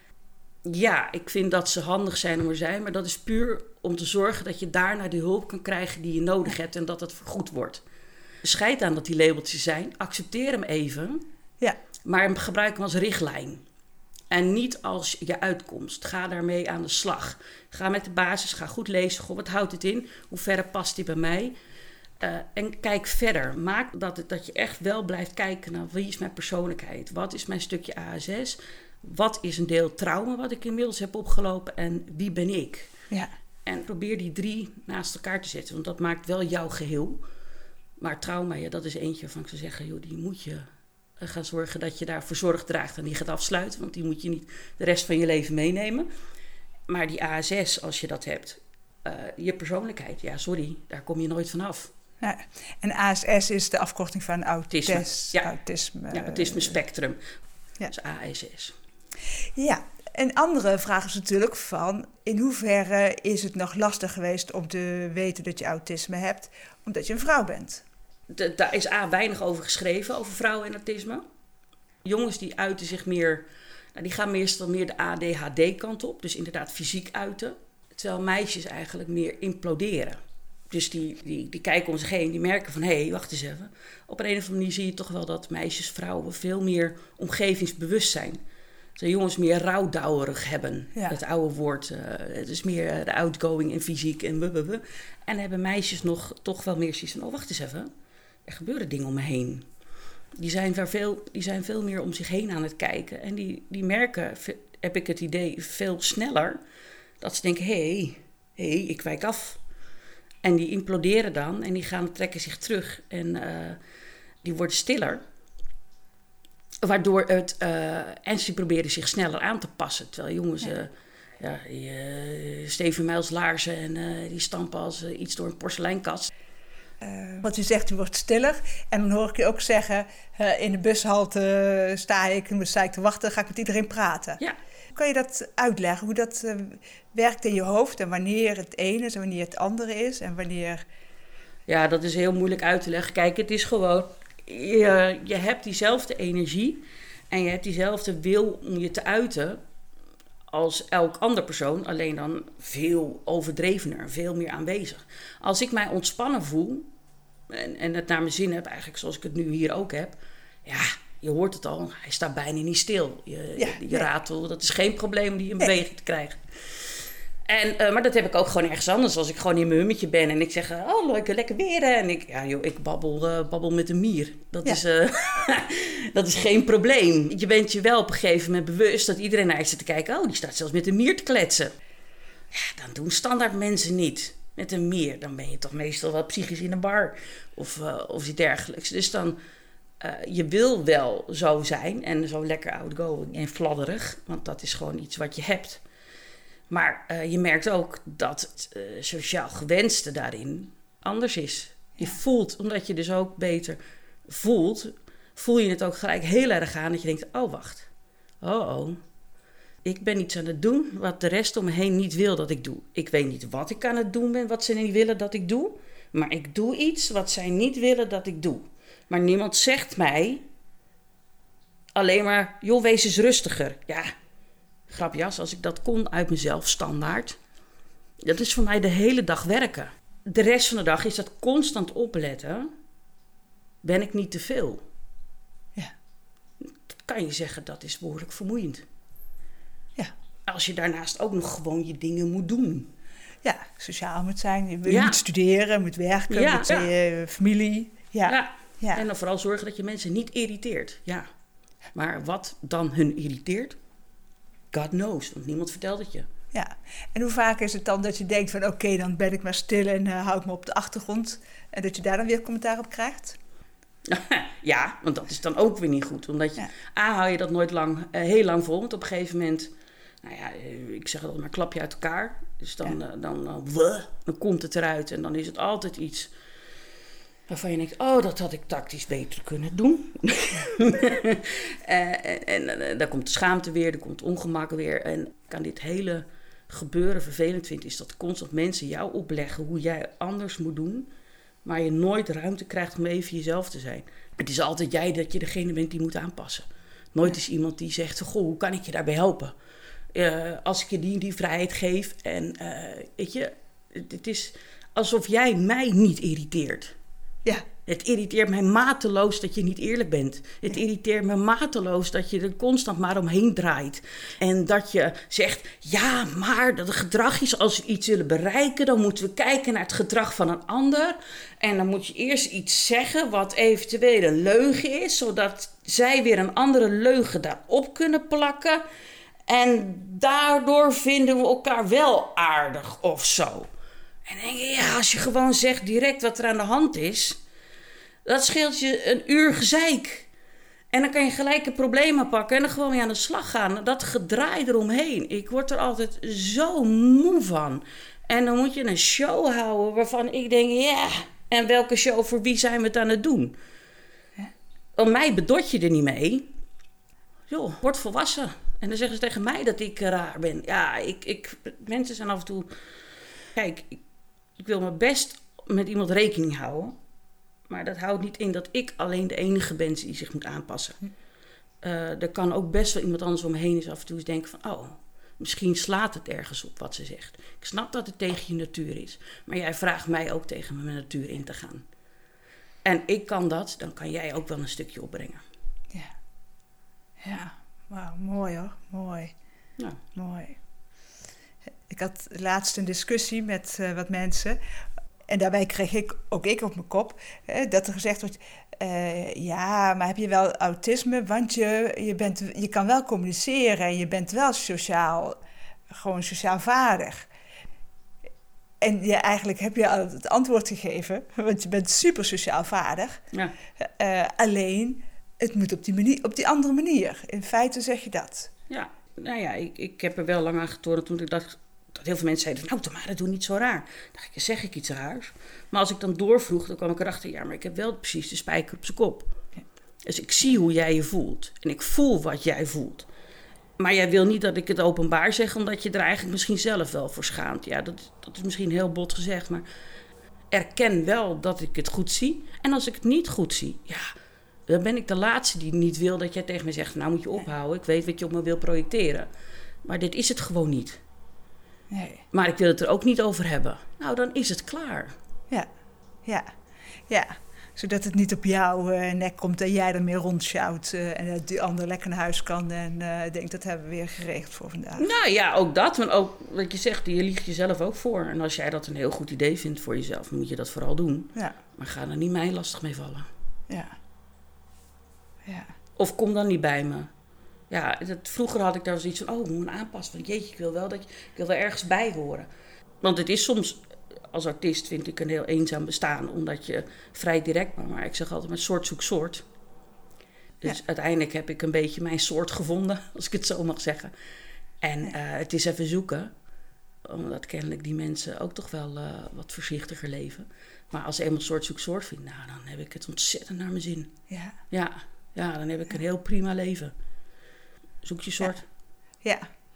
Speaker 3: ja, ik vind dat ze handig zijn om er zijn, maar dat is puur om te zorgen dat je daarna de hulp kan krijgen die je nodig hebt en dat het vergoed wordt. Scheid aan dat die labeltjes zijn, accepteer hem even,
Speaker 2: ja.
Speaker 3: maar gebruik hem als richtlijn. En niet als je uitkomst. Ga daarmee aan de slag. Ga met de basis, ga goed lezen. Goh, wat houdt het in? Hoe ver past die bij mij? Uh, en kijk verder. Maak dat, het, dat je echt wel blijft kijken naar wie is mijn persoonlijkheid? Wat is mijn stukje A S S? Wat is een deel trauma wat ik inmiddels heb opgelopen? En wie ben ik?
Speaker 2: Ja.
Speaker 3: En probeer die drie naast elkaar te zetten. Want dat maakt wel jouw geheel. Maar trauma, ja, dat is eentje waarvan ik zou zeggen, joh, die moet je gaan zorgen dat je daarvoor zorg draagt en die gaat afsluiten. Want die moet je niet de rest van je leven meenemen. Maar die A S S, als je dat hebt, uh, je persoonlijkheid, ja, sorry, daar kom je nooit vanaf.
Speaker 2: Ja. En A S S is de afkorting van autisme.
Speaker 3: Autisme, ja.
Speaker 2: Autisme,
Speaker 3: ja, autisme spectrum.
Speaker 2: Ja.
Speaker 3: Dat is A S S.
Speaker 2: Ja, een andere vraag is natuurlijk van, in hoeverre is het nog lastig geweest om te weten dat je autisme hebt, omdat je een vrouw bent?
Speaker 3: De, daar is A, weinig over geschreven, over vrouwen en autisme. Jongens die uiten zich meer, nou, die gaan meestal meer de A D H D-kant op. Dus inderdaad fysiek uiten. Terwijl meisjes eigenlijk meer imploderen. Dus die, die, die kijken om zich heen, die merken van, hé, hey, wacht eens even. Op een of andere manier zie je toch wel dat meisjes, vrouwen veel meer omgevingsbewust zijn. Dat jongens meer rouwdouwerig hebben. Ja. Het oude woord. Uh, het is meer uh, de outgoing en fysiek en blablabla. En hebben meisjes nog toch wel meer zoiets van, oh, wacht eens even. Er gebeuren dingen om me heen. Die zijn, veel, die zijn veel meer om zich heen aan het kijken. En die, die merken, heb ik het idee, veel sneller. Dat ze denken, hé, hey, hey, ik wijk af. En die imploderen dan en die gaan trekken zich terug. En uh, die worden stiller. Waardoor het... Uh, en ze proberen zich sneller aan te passen. Terwijl jongens... Ja. Uh, ja, die, uh, Steven Mijls laarzen en uh, die stampen als uh, iets door een porseleinkast.
Speaker 2: Uh, wat u zegt, u wordt stiller. En dan hoor ik je ook zeggen, uh, in de bushalte uh, sta ik, en sta ik te wachten, ga ik met iedereen praten.
Speaker 3: Ja.
Speaker 2: Kan je dat uitleggen, hoe dat uh, werkt in je hoofd en wanneer het ene is en wanneer het andere is en wanneer...
Speaker 3: Ja, dat is heel moeilijk uit te leggen. Kijk, het is gewoon, je, je hebt diezelfde energie en je hebt diezelfde wil om je te uiten als elk ander persoon, alleen dan veel overdrevener, veel meer aanwezig. Als ik mij ontspannen voel en, en het naar mijn zin heb, eigenlijk zoals ik het nu hier ook heb, ja, je hoort het al, hij staat bijna niet stil. Je, ja, je, je nee. ratel, dat is geen probleem om die in beweging nee. te krijgen. En, uh, maar dat heb ik ook gewoon ergens anders. Als ik gewoon in mijn hummetje ben en ik zeg, oh leuk, lekker weer. En ik, ja, joh, ik babbel, uh, babbel met een mier. Dat, ja. is, uh, dat is geen probleem. Je bent je wel op een gegeven moment bewust dat iedereen naar je zit te kijken. Oh, die staat zelfs met een mier te kletsen. Ja, dan doen standaard mensen niet. Met een meer, dan ben je toch meestal wel psychisch in een bar. Of, uh, of iets dergelijks. Dus dan, uh, je wil wel zo zijn. En zo lekker outgoing en fladderig. Want dat is gewoon iets wat je hebt. Maar uh, je merkt ook dat het uh, sociaal gewenste daarin anders is. Je ja. voelt, omdat je dus ook beter voelt... voel je het ook gelijk heel erg aan. Dat je denkt, oh wacht. Oh oh. Ik ben iets aan het doen wat de rest om me heen niet wil dat ik doe. Ik weet niet wat ik aan het doen ben, wat ze niet willen dat ik doe. Maar ik doe iets wat zij niet willen dat ik doe. Maar niemand zegt mij alleen maar, joh, wees eens rustiger. Ja, grapjas, als ik dat kon uit mezelf standaard. Dat is voor mij de hele dag werken. De rest van de dag is dat constant opletten. Ben ik niet te veel?
Speaker 2: Ja.
Speaker 3: Dat kan je zeggen, dat is behoorlijk vermoeiend.
Speaker 2: Ja.
Speaker 3: Als je daarnaast ook nog gewoon je dingen moet doen.
Speaker 2: Ja, sociaal moet zijn. Je
Speaker 3: ja.
Speaker 2: moet studeren, moet werken,
Speaker 3: ja,
Speaker 2: met
Speaker 3: ja.
Speaker 2: je familie. Ja.
Speaker 3: Ja.
Speaker 2: Ja.
Speaker 3: En dan vooral zorgen dat je mensen niet irriteert. Ja. Maar wat dan hun irriteert? God knows, want niemand vertelt het je.
Speaker 2: Ja. En hoe vaak is het dan dat je denkt van... oké, okay, dan ben ik maar stil en uh, hou ik me op de achtergrond. En dat je daar dan weer commentaar op krijgt?
Speaker 3: Ja, want dat is dan ook weer niet goed. Omdat je, ja. A, hou je dat nooit lang, uh, heel lang vol. Want op een gegeven moment... Nou ja, ik zeg altijd maar, klap je uit elkaar. Dus dan, ja. uh, dan, uh, wuh, dan komt het eruit. En dan is het altijd iets waarvan je denkt... oh, dat had ik tactisch beter kunnen doen. uh, en en uh, daar komt de schaamte weer, daar komt het ongemak weer. En ik aan dit hele gebeuren vervelend vind... is dat constant mensen jou opleggen hoe jij anders moet doen... maar je nooit ruimte krijgt om even jezelf te zijn. Het is altijd jij dat je degene bent die moet aanpassen. Nooit is iemand die zegt... goh, hoe kan ik je daarbij helpen? Uh, als ik je die, die vrijheid geef. En uh, weet je, het, het is alsof jij mij niet irriteert.
Speaker 2: Ja.
Speaker 3: Het irriteert mij mateloos dat je niet eerlijk bent. Het ja. irriteert me mateloos dat je er constant maar omheen draait. En dat je zegt, ja, maar dat het gedrag is, als we iets willen bereiken... dan moeten we kijken naar het gedrag van een ander. En dan moet je eerst iets zeggen wat eventueel een leugen is... zodat zij weer een andere leugen daarop kunnen plakken... En daardoor vinden we elkaar wel aardig of zo. En dan denk je, ja, als je gewoon zegt direct wat er aan de hand is... dat scheelt je een uur gezeik. En dan kan je gelijk een probleem pakken en dan gewoon weer aan de slag gaan. Dat gedraai eromheen. Ik word er altijd zo moe van. En dan moet je een show houden waarvan ik denk, ja... en welke show, voor wie zijn we het aan het doen? Om mij bedot je er niet mee. Joh, word volwassen. En dan zeggen ze tegen mij dat ik raar ben. Ja, ik, ik, mensen zijn af en toe... Kijk, ik, ik wil me best met iemand rekening houden. Maar dat houdt niet in dat ik alleen de enige ben die zich moet aanpassen. Uh, er kan ook best wel iemand anders om me heen is af en toe eens denken van... oh, misschien slaat het ergens op wat ze zegt. Ik snap dat het tegen je natuur is. Maar jij vraagt mij ook tegen mijn natuur in te gaan. En ik kan dat, dan kan jij ook wel een stukje opbrengen.
Speaker 2: Ja. Ja. Wauw, mooi hoor, mooi.
Speaker 3: Ja.
Speaker 2: Mooi. Ik had laatst een discussie met uh, wat mensen. En daarbij kreeg ik ook ik op mijn kop. Hè, dat er gezegd wordt, uh, ja, maar heb je wel autisme? Want je, je, bent, je kan wel communiceren en je bent wel sociaal, gewoon sociaal vaardig. En ja, eigenlijk heb je al het antwoord gegeven. Want je bent super sociaal vaardig.
Speaker 3: Ja.
Speaker 2: Uh, alleen... Het moet op die, manier, op die andere manier. In feite zeg je dat.
Speaker 3: Ja, nou ja, ik, ik heb er wel lang aan getornd toen ik dacht... dat heel veel mensen zeiden, nou Tamara, doe niet zo raar. Dan dacht ik, zeg ik iets raars? Maar als ik dan doorvroeg, dan kwam ik erachter... ja, maar ik heb wel precies de spijker op zijn kop. Ja. Dus ik zie hoe jij je voelt. En ik voel wat jij voelt. Maar jij wil niet dat ik het openbaar zeg... omdat je er eigenlijk misschien zelf wel voor schaamt. Ja, dat, dat is misschien heel bot gezegd, maar... erken wel dat ik het goed zie. En als ik het niet goed zie, ja... dan ben ik de laatste die niet wil dat jij tegen me zegt... nou moet je ophouden, ik weet wat je op me wil projecteren. Maar dit is het gewoon niet.
Speaker 2: Nee.
Speaker 3: Maar ik wil het er ook niet over hebben. Nou, dan is het klaar.
Speaker 2: Ja, ja, ja. Zodat het niet op jouw uh, nek komt en jij ermee rondsjouwt... Uh, en dat die ander lekker naar huis kan en uh, denkt... dat hebben we weer geregeld voor vandaag.
Speaker 3: Nou ja, ook dat. Want ook wat je zegt, je liegt jezelf ook voor. En als jij dat een heel goed idee vindt voor jezelf... dan moet je dat vooral doen.
Speaker 2: Ja.
Speaker 3: Maar ga er niet mij lastig mee vallen.
Speaker 2: Ja. Ja.
Speaker 3: Of kom dan niet bij me. Ja, dat, vroeger had ik daar zoiets van, oh, ik moet me aanpassen. Want jeetje, ik wil wel dat je, ik wil wel ergens bij horen. Want het is soms, als artiest vind ik een heel eenzaam bestaan. Omdat je vrij direct bent. Maar ik zeg altijd, met soort zoek soort. Dus ja. uiteindelijk heb ik een beetje mijn soort gevonden, als ik het zo mag zeggen. En uh, het is even zoeken. Omdat kennelijk die mensen ook toch wel uh, wat voorzichtiger leven. Maar als ze eenmaal soort zoek soort vinden, nou, dan heb ik het ontzettend naar mijn zin. Ja. Ja, ja dan heb ik een heel prima leven. Zoek je soort.
Speaker 2: Ja.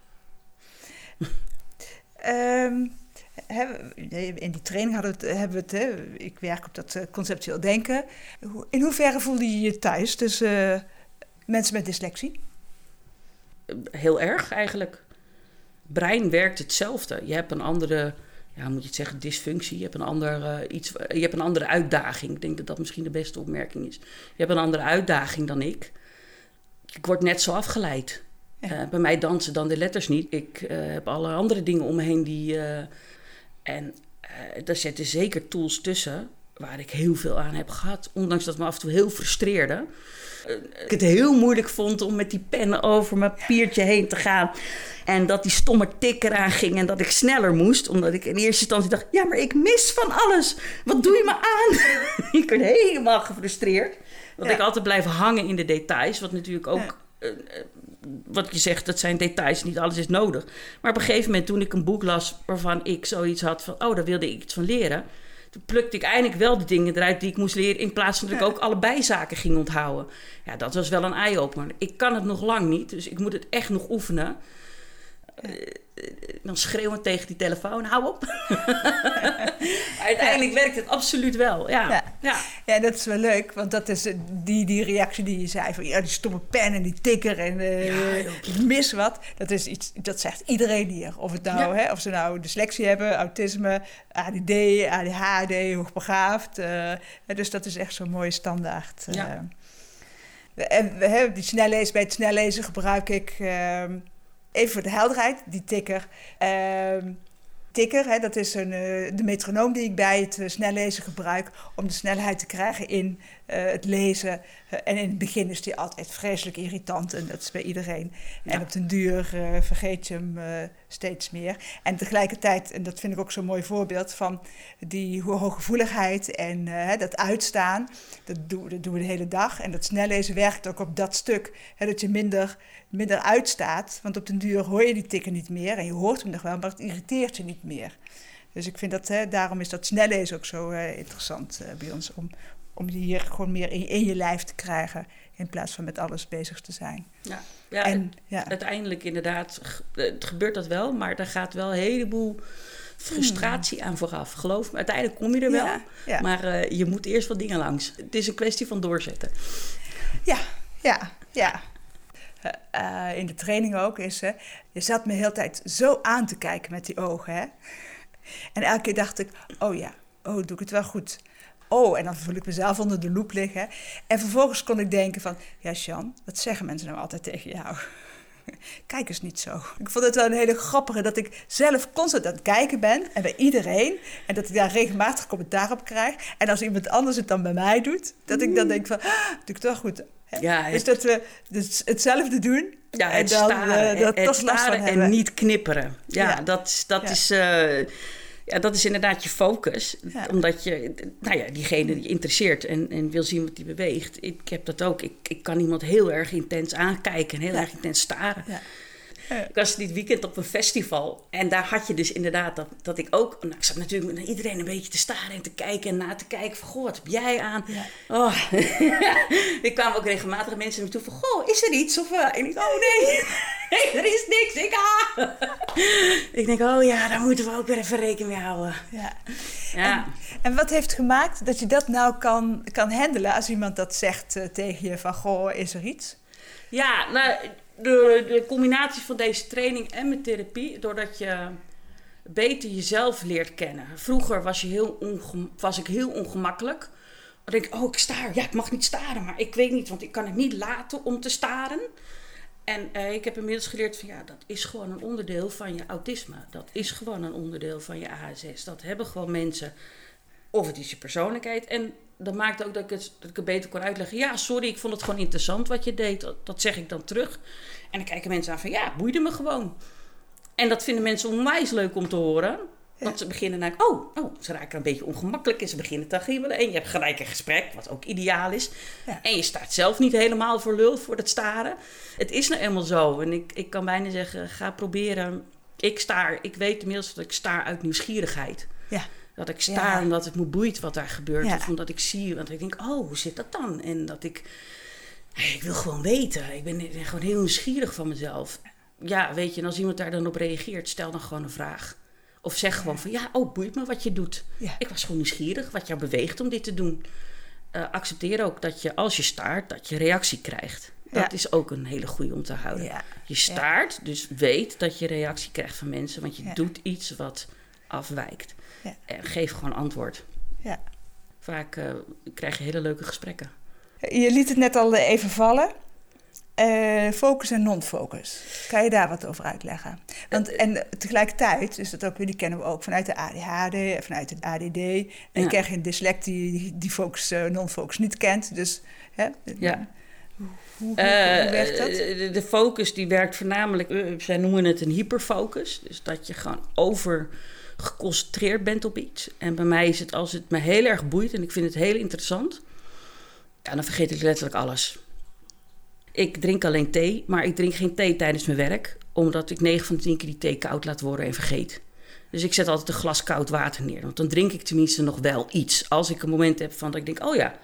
Speaker 2: ja. um, in die training hadden we het, hebben we het, hè, ik werk op dat conceptueel denken. In hoeverre voelde je je thuis tussen uh, mensen met dyslexie?
Speaker 3: Heel erg eigenlijk. Brein werkt hetzelfde. Je hebt een andere, ja, moet je het zeggen, dysfunctie. Je hebt een, ander, uh, iets, je hebt een andere uitdaging. Ik denk dat dat misschien de beste opmerking is. Je hebt een andere uitdaging dan ik. Ik word net zo afgeleid. Ja. Uh, bij mij dansen dan de letters niet. Ik uh, heb alle andere dingen om me heen die... Uh, en uh, daar zitten zeker tools tussen waar ik heel veel aan heb gehad. Ondanks dat het me af en toe heel frustreerde. Uh, ik het heel moeilijk vond om met die pen over mijn papiertje heen te gaan. En dat die stomme tik eraan ging en dat ik sneller moest. Omdat ik in eerste instantie dacht, ja, maar ik mis van alles. Wat doe je me aan? Ik werd helemaal gefrustreerd. Want ja. ik altijd blijf hangen in de details. Wat natuurlijk ook... Ja. Uh, wat je zegt, dat zijn details, niet alles is nodig. Maar op een gegeven moment, toen ik een boek las waarvan ik zoiets had van, oh, daar wilde ik iets van leren. Toen plukte ik eindelijk wel de dingen eruit die ik moest leren, in plaats van dat ik ook allebei zaken ging onthouden. Ja, dat was wel een eye-opener. Ik kan het nog lang niet, dus ik moet het echt nog oefenen. Uh, dan schreeuwen tegen die telefoon, hou op. Uiteindelijk ja. werkt het absoluut wel. Ja.
Speaker 2: Ja.
Speaker 3: Ja.
Speaker 2: ja, dat is wel leuk, want dat is die, die reactie die je zei van ja, die stomme pen en die tikker en uh, ja, ik mis wat. Dat is iets, dat zegt iedereen hier. Of het nou, ja. hè, of ze nou dyslexie hebben, autisme, A D D, A D H D, hoogbegaafd. Uh, dus dat is echt zo'n mooie standaard. Uh, ja. En we hebben die snellezen, bij het snellezen gebruik ik. Uh, Even voor de helderheid, die tikker. Uh, tikker, hè, dat is een, uh, de metronoom die ik bij het uh, snellezen gebruik om de snelheid te krijgen in uh, het lezen. Uh, en in het begin is die altijd vreselijk irritant en dat is bij iedereen. Ja. En op den duur uh, vergeet je hem uh, steeds meer. En tegelijkertijd, en dat vind ik ook zo'n mooi voorbeeld van die hooggevoeligheid en uh, dat uitstaan. Dat doen, dat doen we de hele dag. En dat snellezen werkt ook op dat stuk, hè, dat je minder... minder uitstaat, want op den duur hoor je die tikken niet meer en je hoort hem nog wel, maar het irriteert je niet meer. Dus ik vind dat, hè, daarom is dat snellezen ook zo uh, interessant uh, bij ons, om, om die hier gewoon meer in, in je lijf te krijgen, in plaats van met alles bezig te zijn.
Speaker 3: Ja, ja, en, ja. uiteindelijk inderdaad, het gebeurt dat wel, maar er gaat wel een heleboel frustratie hmm. aan vooraf. Geloof me, uiteindelijk kom je er wel, ja, ja. maar uh, je moet eerst wat dingen langs. Het is een kwestie van doorzetten.
Speaker 2: Ja, ja, ja. Uh, in de training ook is, hè, je zat me de hele tijd zo aan te kijken met die ogen. Hè? En elke keer dacht ik, oh ja, oh, doe ik het wel goed. Oh, en dan voel ik mezelf onder de loep liggen. En vervolgens kon ik denken van, ja, Jean, wat zeggen mensen nou altijd tegen jou? Kijk eens niet zo. Ik vond het wel een hele grappige dat ik zelf constant aan het kijken ben. En bij iedereen. En dat ik daar regelmatig commentaar op krijg. En als iemand anders het dan bij mij doet, dat ik dan denk van, ah, doe ik het wel goed. Ja, dus dat we dus hetzelfde doen.
Speaker 3: Ja, het en dan, staren, uh, dat het staren en hebben. Niet knipperen. Ja, ja. dat, dat ja. is... Uh, Ja, dat is inderdaad je focus. Ja. Omdat je, nou ja, diegene die interesseert en, en wil zien wat die beweegt. Ik heb dat ook. Ik, ik kan iemand heel erg intens aankijken en heel ja. erg intens staren. Ja. Ja. Ik was dit weekend op een festival en daar had je dus inderdaad dat, dat ik ook... Nou, ik zat natuurlijk naar iedereen een beetje te staren en te kijken en na te kijken van... Goh, wat heb jij aan? Ja. Oh. Er kwamen ook regelmatig mensen naar me toe van... Goh, is er iets? Of, uh, en ik, oh nee, nee, er is niks. Ik, ah. ik denk, oh ja, daar moeten we ook weer even rekening mee houden. Ja.
Speaker 2: Ja. En, en wat heeft gemaakt dat je dat nou kan, kan handelen als iemand dat zegt uh, tegen je van... Goh, is er iets?
Speaker 3: Ja, nou... De, de combinatie van deze training en mijn therapie, doordat je beter jezelf leert kennen. Vroeger was, je heel onge, was ik heel ongemakkelijk. Dan denk ik, oh, ik staar. Ja, ik mag niet staren, maar ik weet niet, want ik kan het niet laten om te staren. En uh, ik heb inmiddels geleerd van, ja, dat is gewoon een onderdeel van je autisme. Dat is gewoon een onderdeel van je A S S. Dat hebben gewoon mensen. of het is je persoonlijkheid. En dat maakt ook dat ik, het, dat ik het beter kon uitleggen. Ja, sorry, ik vond het gewoon interessant wat je deed. Dat, dat zeg ik dan terug. En dan kijken mensen aan van, ja, boeide me gewoon. En dat vinden mensen onwijs leuk om te horen. Want ja. ze beginnen naar, oh, oh, ze raken een beetje ongemakkelijk en ze beginnen te giebelen. En je hebt gelijk een gesprek, wat ook ideaal is. Ja. En je staat zelf niet helemaal voor lul voor het staren. Het is nou eenmaal zo. En ik, ik kan bijna zeggen, ga proberen. Ik staar, ik weet inmiddels dat ik staar uit nieuwsgierigheid. Ja. Dat ik staar ja. omdat het me boeit wat daar gebeurt. Ja. Of omdat ik zie, want ik denk, oh, hoe zit dat dan? En dat ik, ik wil gewoon weten. Ik ben gewoon heel nieuwsgierig van mezelf. Ja, weet je, en als iemand daar dan op reageert, stel dan gewoon een vraag. Of zeg gewoon van, ja, oh, boeit me wat je doet. Ja. Ik was gewoon nieuwsgierig wat jou beweegt om dit te doen. Uh, accepteer ook dat je, als je staart, dat je reactie krijgt. Dat ja. is ook een hele goede om te houden. Ja. Je staart, ja. dus weet dat je reactie krijgt van mensen. Want je ja. doet iets wat afwijkt. Ja. En geef gewoon antwoord. Ja. Vaak uh, krijg je hele leuke gesprekken.
Speaker 2: Je liet het net al even vallen. Uh, focus en non-focus. Kan je daar wat over uitleggen? Want, uh, en tegelijkertijd, dus dat ook, die kennen we ook vanuit de A D H D en vanuit het A D D. En ja. je krijgt een dyslectie die, die focus, uh, non-focus niet kent. Dus, hè?
Speaker 3: Ja.
Speaker 2: Hoe, hoe, hoe, uh, hoe werkt dat?
Speaker 3: De, de focus die werkt voornamelijk, uh, zij noemen het een hyperfocus. Dus dat je gewoon over geconcentreerd bent op iets. En bij mij is het, als het me heel erg boeit en ik vind het heel interessant, ja, dan vergeet ik letterlijk alles. Ik drink alleen thee, maar ik drink geen thee tijdens mijn werk, omdat ik negen van de tien keer die thee koud laat worden en vergeet. Dus ik zet altijd een glas koud water neer, want dan drink ik tenminste nog wel iets. Als ik een moment heb van dat ik denk, oh ja,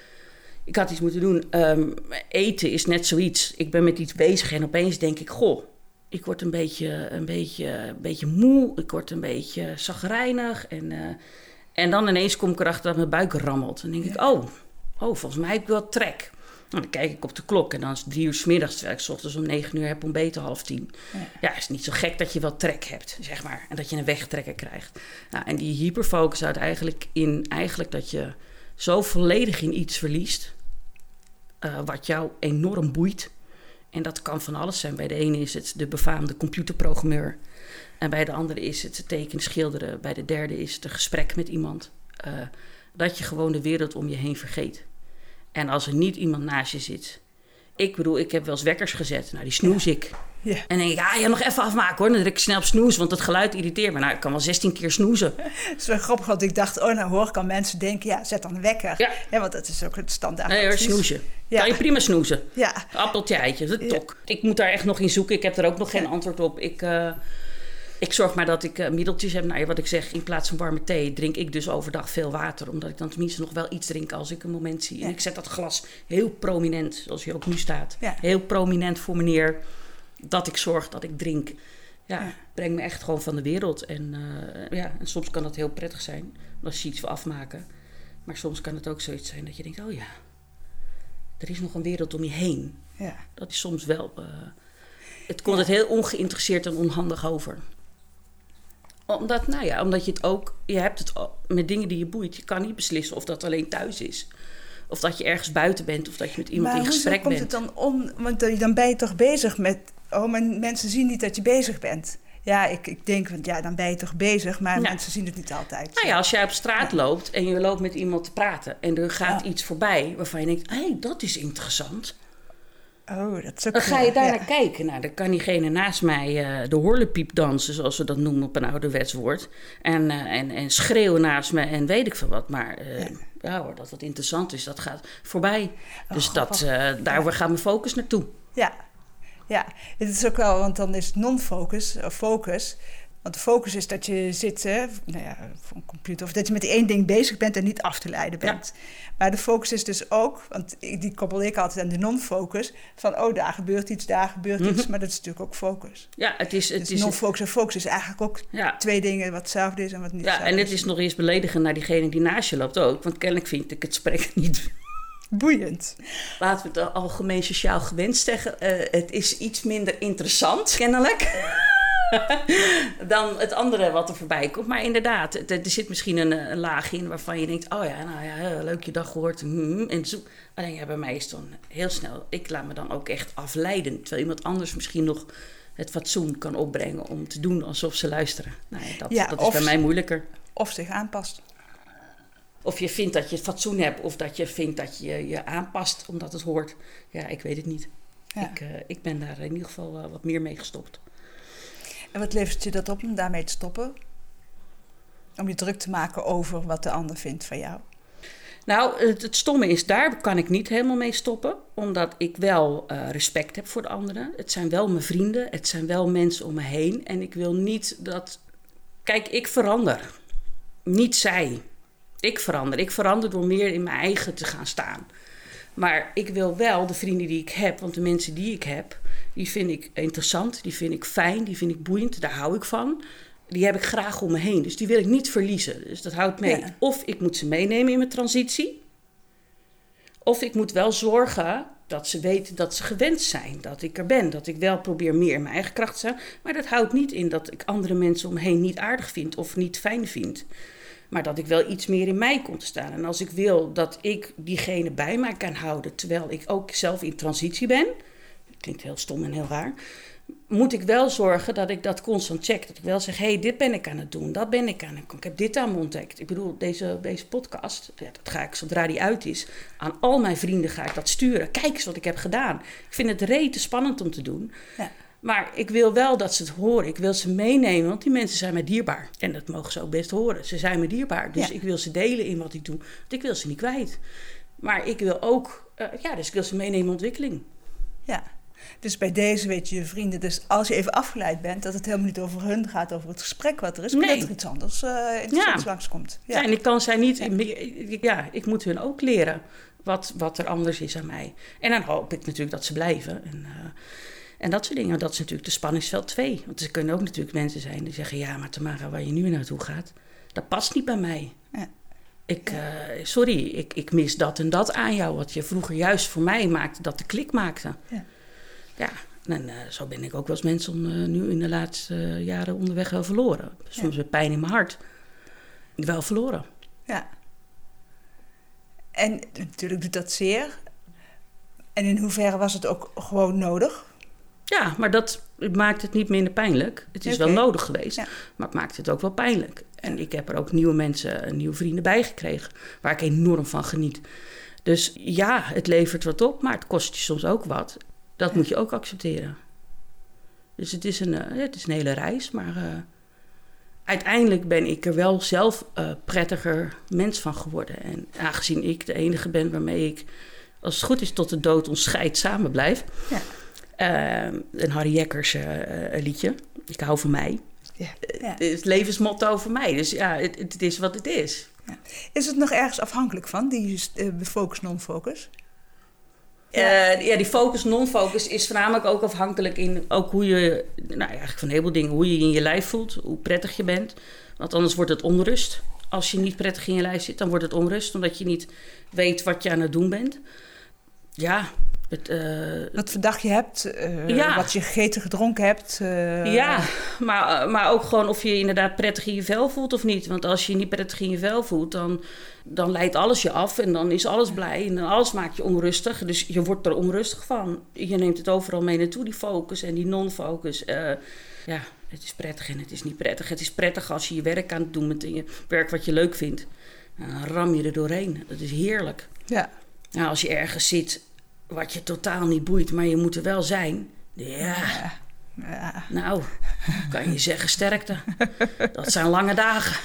Speaker 3: ik had iets moeten doen. Um, eten is net zoiets. Ik ben met iets bezig en opeens denk ik, goh, ik word een beetje, een beetje, een beetje moe, ik word een beetje chagrijnig. En, uh, en dan ineens kom ik erachter dat mijn buik rammelt. En dan denk ik, oh, oh, volgens mij heb ik wel trek. Nou, dan kijk ik op de klok en dan is het drie uur 's middags, terwijl ik 's ochtends om negen uur heb ontbeten, half tien. Ja. ja, het is niet zo gek dat je wel trek hebt, zeg maar. En dat je een wegtrekker krijgt. Nou, en die hyperfocus houdt eigenlijk in eigenlijk dat je zo volledig in iets verliest, uh, wat jou enorm boeit. En dat kan van alles zijn. Bij de ene is het de befaamde computerprogrammeur. En bij de andere is het tekenen, schilderen. Bij de derde is het een gesprek met iemand. Uh, dat je gewoon de wereld om je heen vergeet. En als er niet iemand naast je zit. Ik bedoel, ik heb wel eens wekkers gezet. Nou, die snoes ja. ik. Ja. En dan denk ik, ja, ja, nog even afmaken hoor. Dan druk ik snel op snoes, want het geluid irriteert me. Nou, ik kan wel zestien keer snoezen.
Speaker 2: Het is wel grappig, want ik dacht, oh, nou hoor ik al mensen denken, ja, zet dan een wekker. Ja. ja want dat is ook het standaard.
Speaker 3: Nee hoor, snoezen. Ja. Kan je prima snoezen.
Speaker 2: Ja.
Speaker 3: Appeltje, eitje, de tok. Ja. Ik moet daar echt nog in zoeken. Ik heb er ook nog geen ja. antwoord op. Ik... Uh, Ik zorg maar dat ik uh, middeltjes heb. Nou, wat ik zeg, in plaats van warme thee drink ik dus overdag veel water. Omdat ik dan tenminste nog wel iets drink als ik een moment zie. Ja. En ik zet dat glas heel prominent, zoals hier ook nu staat. Ja. Heel prominent voor me neer. Dat ik zorg dat ik drink. Ja, ja. Brengt me echt gewoon van de wereld. En, uh, ja, en soms kan dat heel prettig zijn. Als je iets wil afmaken. Maar soms kan het ook zoiets zijn dat je denkt, oh ja, er is nog een wereld om je heen. Ja. Dat is soms wel... Uh, het komt ja. het heel ongeïnteresseerd en onhandig over. Omdat, nou ja, omdat je het ook... Je hebt het met dingen die je boeit. Je kan niet beslissen of dat alleen thuis is. Of dat je ergens buiten bent. Of dat je met iemand
Speaker 2: maar
Speaker 3: in gesprek bent.
Speaker 2: Maar hoe komt het dan om? Want dan ben je toch bezig met... Oh, maar mensen zien niet dat je bezig bent. Ja, ik, ik denk, want ja, dan ben je toch bezig. Maar ja. mensen zien het niet altijd.
Speaker 3: Nou ja, als jij op straat ja. loopt en je loopt met iemand te praten. En er gaat ja. iets voorbij waarvan je denkt... Hé, hey, dat is interessant.
Speaker 2: Oh, dat is ook
Speaker 3: dan ga je daar ja. naar kijken. Nou, dan kan diegene naast mij uh, de horlepiep dansen, zoals we dat noemen op een ouderwets woord. En, uh, en, en schreeuwen naast me en weet ik veel wat. Maar uh, ja. ja hoor, dat wat interessant is, dat gaat voorbij. Oh, dus dat, uh, daar ja. gaat mijn focus naartoe.
Speaker 2: Ja. ja, het is ook wel, want dan is het non-focus, of focus... Want de focus is dat je zit hè, nou ja, voor een computer... of dat je met één ding bezig bent en niet af te leiden bent. Ja. Maar de focus is dus ook... want die koppel ik altijd aan de non-focus... van oh, daar gebeurt iets, daar gebeurt mm-hmm. iets... maar dat is natuurlijk ook focus.
Speaker 3: Ja, het is... Het
Speaker 2: dus
Speaker 3: is
Speaker 2: non-focus en focus is eigenlijk ook ja. twee dingen... wat hetzelfde is en wat niet
Speaker 3: ja,
Speaker 2: hetzelfde is.
Speaker 3: Ja, en het is nog eens beledigend naar diegene die naast je loopt ook... want kennelijk vind ik het gesprek niet...
Speaker 2: boeiend.
Speaker 3: Laten we het algemeen sociaal gewenst zeggen. Uh, het is iets minder interessant, kennelijk... dan het andere wat er voorbij komt. Maar inderdaad, er, er zit misschien een, een laag in waarvan je denkt... oh ja, nou ja, leuk je dag gehoord. En zo. Alleen ja, bij mij is het dan heel snel... ik laat me dan ook echt afleiden. Terwijl iemand anders misschien nog het fatsoen kan opbrengen... om te doen alsof ze luisteren. Nou ja, dat, ja, dat is bij mij moeilijker.
Speaker 2: Of zich aanpast.
Speaker 3: Of je vindt dat je het fatsoen hebt, of dat je vindt dat je je aanpast omdat het hoort. Ja, ik weet het niet. Ja. Ik, uh, ik ben daar in ieder geval uh, wat meer mee gestopt.
Speaker 2: En wat levert je dat op om daarmee te stoppen? Om je druk te maken over wat de ander vindt van jou?
Speaker 3: Nou, het, het stomme is, daar kan ik niet helemaal mee stoppen. Omdat ik wel uh, respect heb voor de anderen. Het zijn wel mijn vrienden, het zijn wel mensen om me heen. En ik wil niet dat... Kijk, ik verander. Niet zij. Ik verander. Ik verander door meer in mijn eigen te gaan staan. Maar ik wil wel de vrienden die ik heb, want de mensen die ik heb, die vind ik interessant, die vind ik fijn, die vind ik boeiend, daar hou ik van. Die heb ik graag om me heen, dus die wil ik niet verliezen. Dus dat houdt mee. Ja. Of ik moet ze meenemen in mijn transitie. Of ik moet wel zorgen dat ze weten dat ze gewend zijn, dat ik er ben. Dat ik wel probeer meer in mijn eigen kracht te staan. Maar dat houdt niet in dat ik andere mensen om me heen niet aardig vind of niet fijn vind. Maar dat ik wel iets meer in mij kom te staan. En als ik wil dat ik diegene bij mij kan houden, terwijl ik ook zelf in transitie ben, dat klinkt heel stom en heel raar, moet ik wel zorgen dat ik dat constant check. Dat ik wel zeg, hé, hey, dit ben ik aan het doen, dat ben ik aan het doen. Ik heb dit aan me ontdekt. Ik bedoel, deze, deze podcast, ja, dat ga ik zodra die uit is, aan al mijn vrienden ga ik dat sturen. Kijk eens wat ik heb gedaan. Ik vind het rete spannend om te doen. Ja. Maar ik wil wel dat ze het horen. Ik wil ze meenemen, want die mensen zijn mij dierbaar. En dat mogen ze ook best horen. Ze zijn me dierbaar. Dus ja. ik wil ze delen in wat ik doe. Want ik wil ze niet kwijt. Maar ik wil ook... Uh, ja, dus ik wil ze meenemen in ontwikkeling.
Speaker 2: Ja. Dus bij deze weet je je vrienden... Dus als je even afgeleid bent... dat het helemaal niet over hun gaat, over het gesprek wat er is... maar nee. dat er iets anders uh, interessants ja. langskomt. Ja.
Speaker 3: ja, en ik kan zij niet... Ja. ja, ik moet hun ook leren wat, wat er anders is aan mij. En dan hoop ik natuurlijk dat ze blijven. En... Uh, En dat soort dingen, dat is natuurlijk de spanningsveld twee. Want er kunnen ook natuurlijk mensen zijn die zeggen... ja, maar Tamara, waar je nu naartoe gaat, dat past niet bij mij. Ja. Ik, uh, sorry, ik, ik mis dat en dat aan jou... wat je vroeger juist voor mij maakte, dat de klik maakte. Ja, ja en uh, zo ben ik ook wel eens mensen uh, nu in de laatste uh, jaren onderweg wel verloren. Soms ja. met pijn in mijn hart. Wel verloren.
Speaker 2: Ja. En natuurlijk doet dat zeer. En in hoeverre was het ook gewoon nodig...
Speaker 3: Ja, maar dat maakt het niet minder pijnlijk. Het is okay. wel nodig geweest, ja. maar het maakt het ook wel pijnlijk. En ik heb er ook nieuwe mensen, nieuwe vrienden bij gekregen... waar ik enorm van geniet. Dus ja, het levert wat op, maar het kost je soms ook wat. Dat ja. moet je ook accepteren. Dus het is een, het is een hele reis, maar... Uh, uiteindelijk ben ik er wel zelf uh, prettiger mens van geworden. En aangezien ik de enige ben waarmee ik, als het goed is, tot de dood ons scheidt samen blijf... Ja. Uh, een Harry Jekkers uh, liedje. Ik hou van mij. Ja. Ja. Het is het levensmotto voor mij. Dus ja, het, het is wat het is. Ja.
Speaker 2: Is het nog ergens afhankelijk van, die uh, focus, non-focus?
Speaker 3: Ja. Uh, ja, die focus, non-focus is voornamelijk ook afhankelijk in ook hoe je, nou eigenlijk van een heleboel dingen, hoe je je in je lijf voelt, hoe prettig je bent. Want anders wordt het onrust. Als je niet prettig in je lijf zit, dan wordt het onrust, omdat je niet weet wat je aan het doen bent. Ja... Het, uh,
Speaker 2: wat voor dag je hebt, uh, ja. wat je gegeten, gedronken hebt. Uh,
Speaker 3: ja, maar, maar ook gewoon of je je inderdaad prettig in je vel voelt of niet. Want als je je niet prettig in je vel voelt, dan, dan leidt alles je af en dan is alles blij. En dan alles maakt je onrustig, dus je wordt er onrustig van. Je neemt het overal mee naartoe, die focus en die non-focus. Uh, ja, het is prettig en het is niet prettig. Het is prettig als je je werk aan het doen bent en je werk wat je leuk vindt. Dan ram je er doorheen. Dat is heerlijk. Ja. Nou, als je ergens zit... wat je totaal niet boeit, maar je moet er wel zijn. Ja. ja. ja. Nou, kan je zeggen sterkte. Dat zijn lange dagen.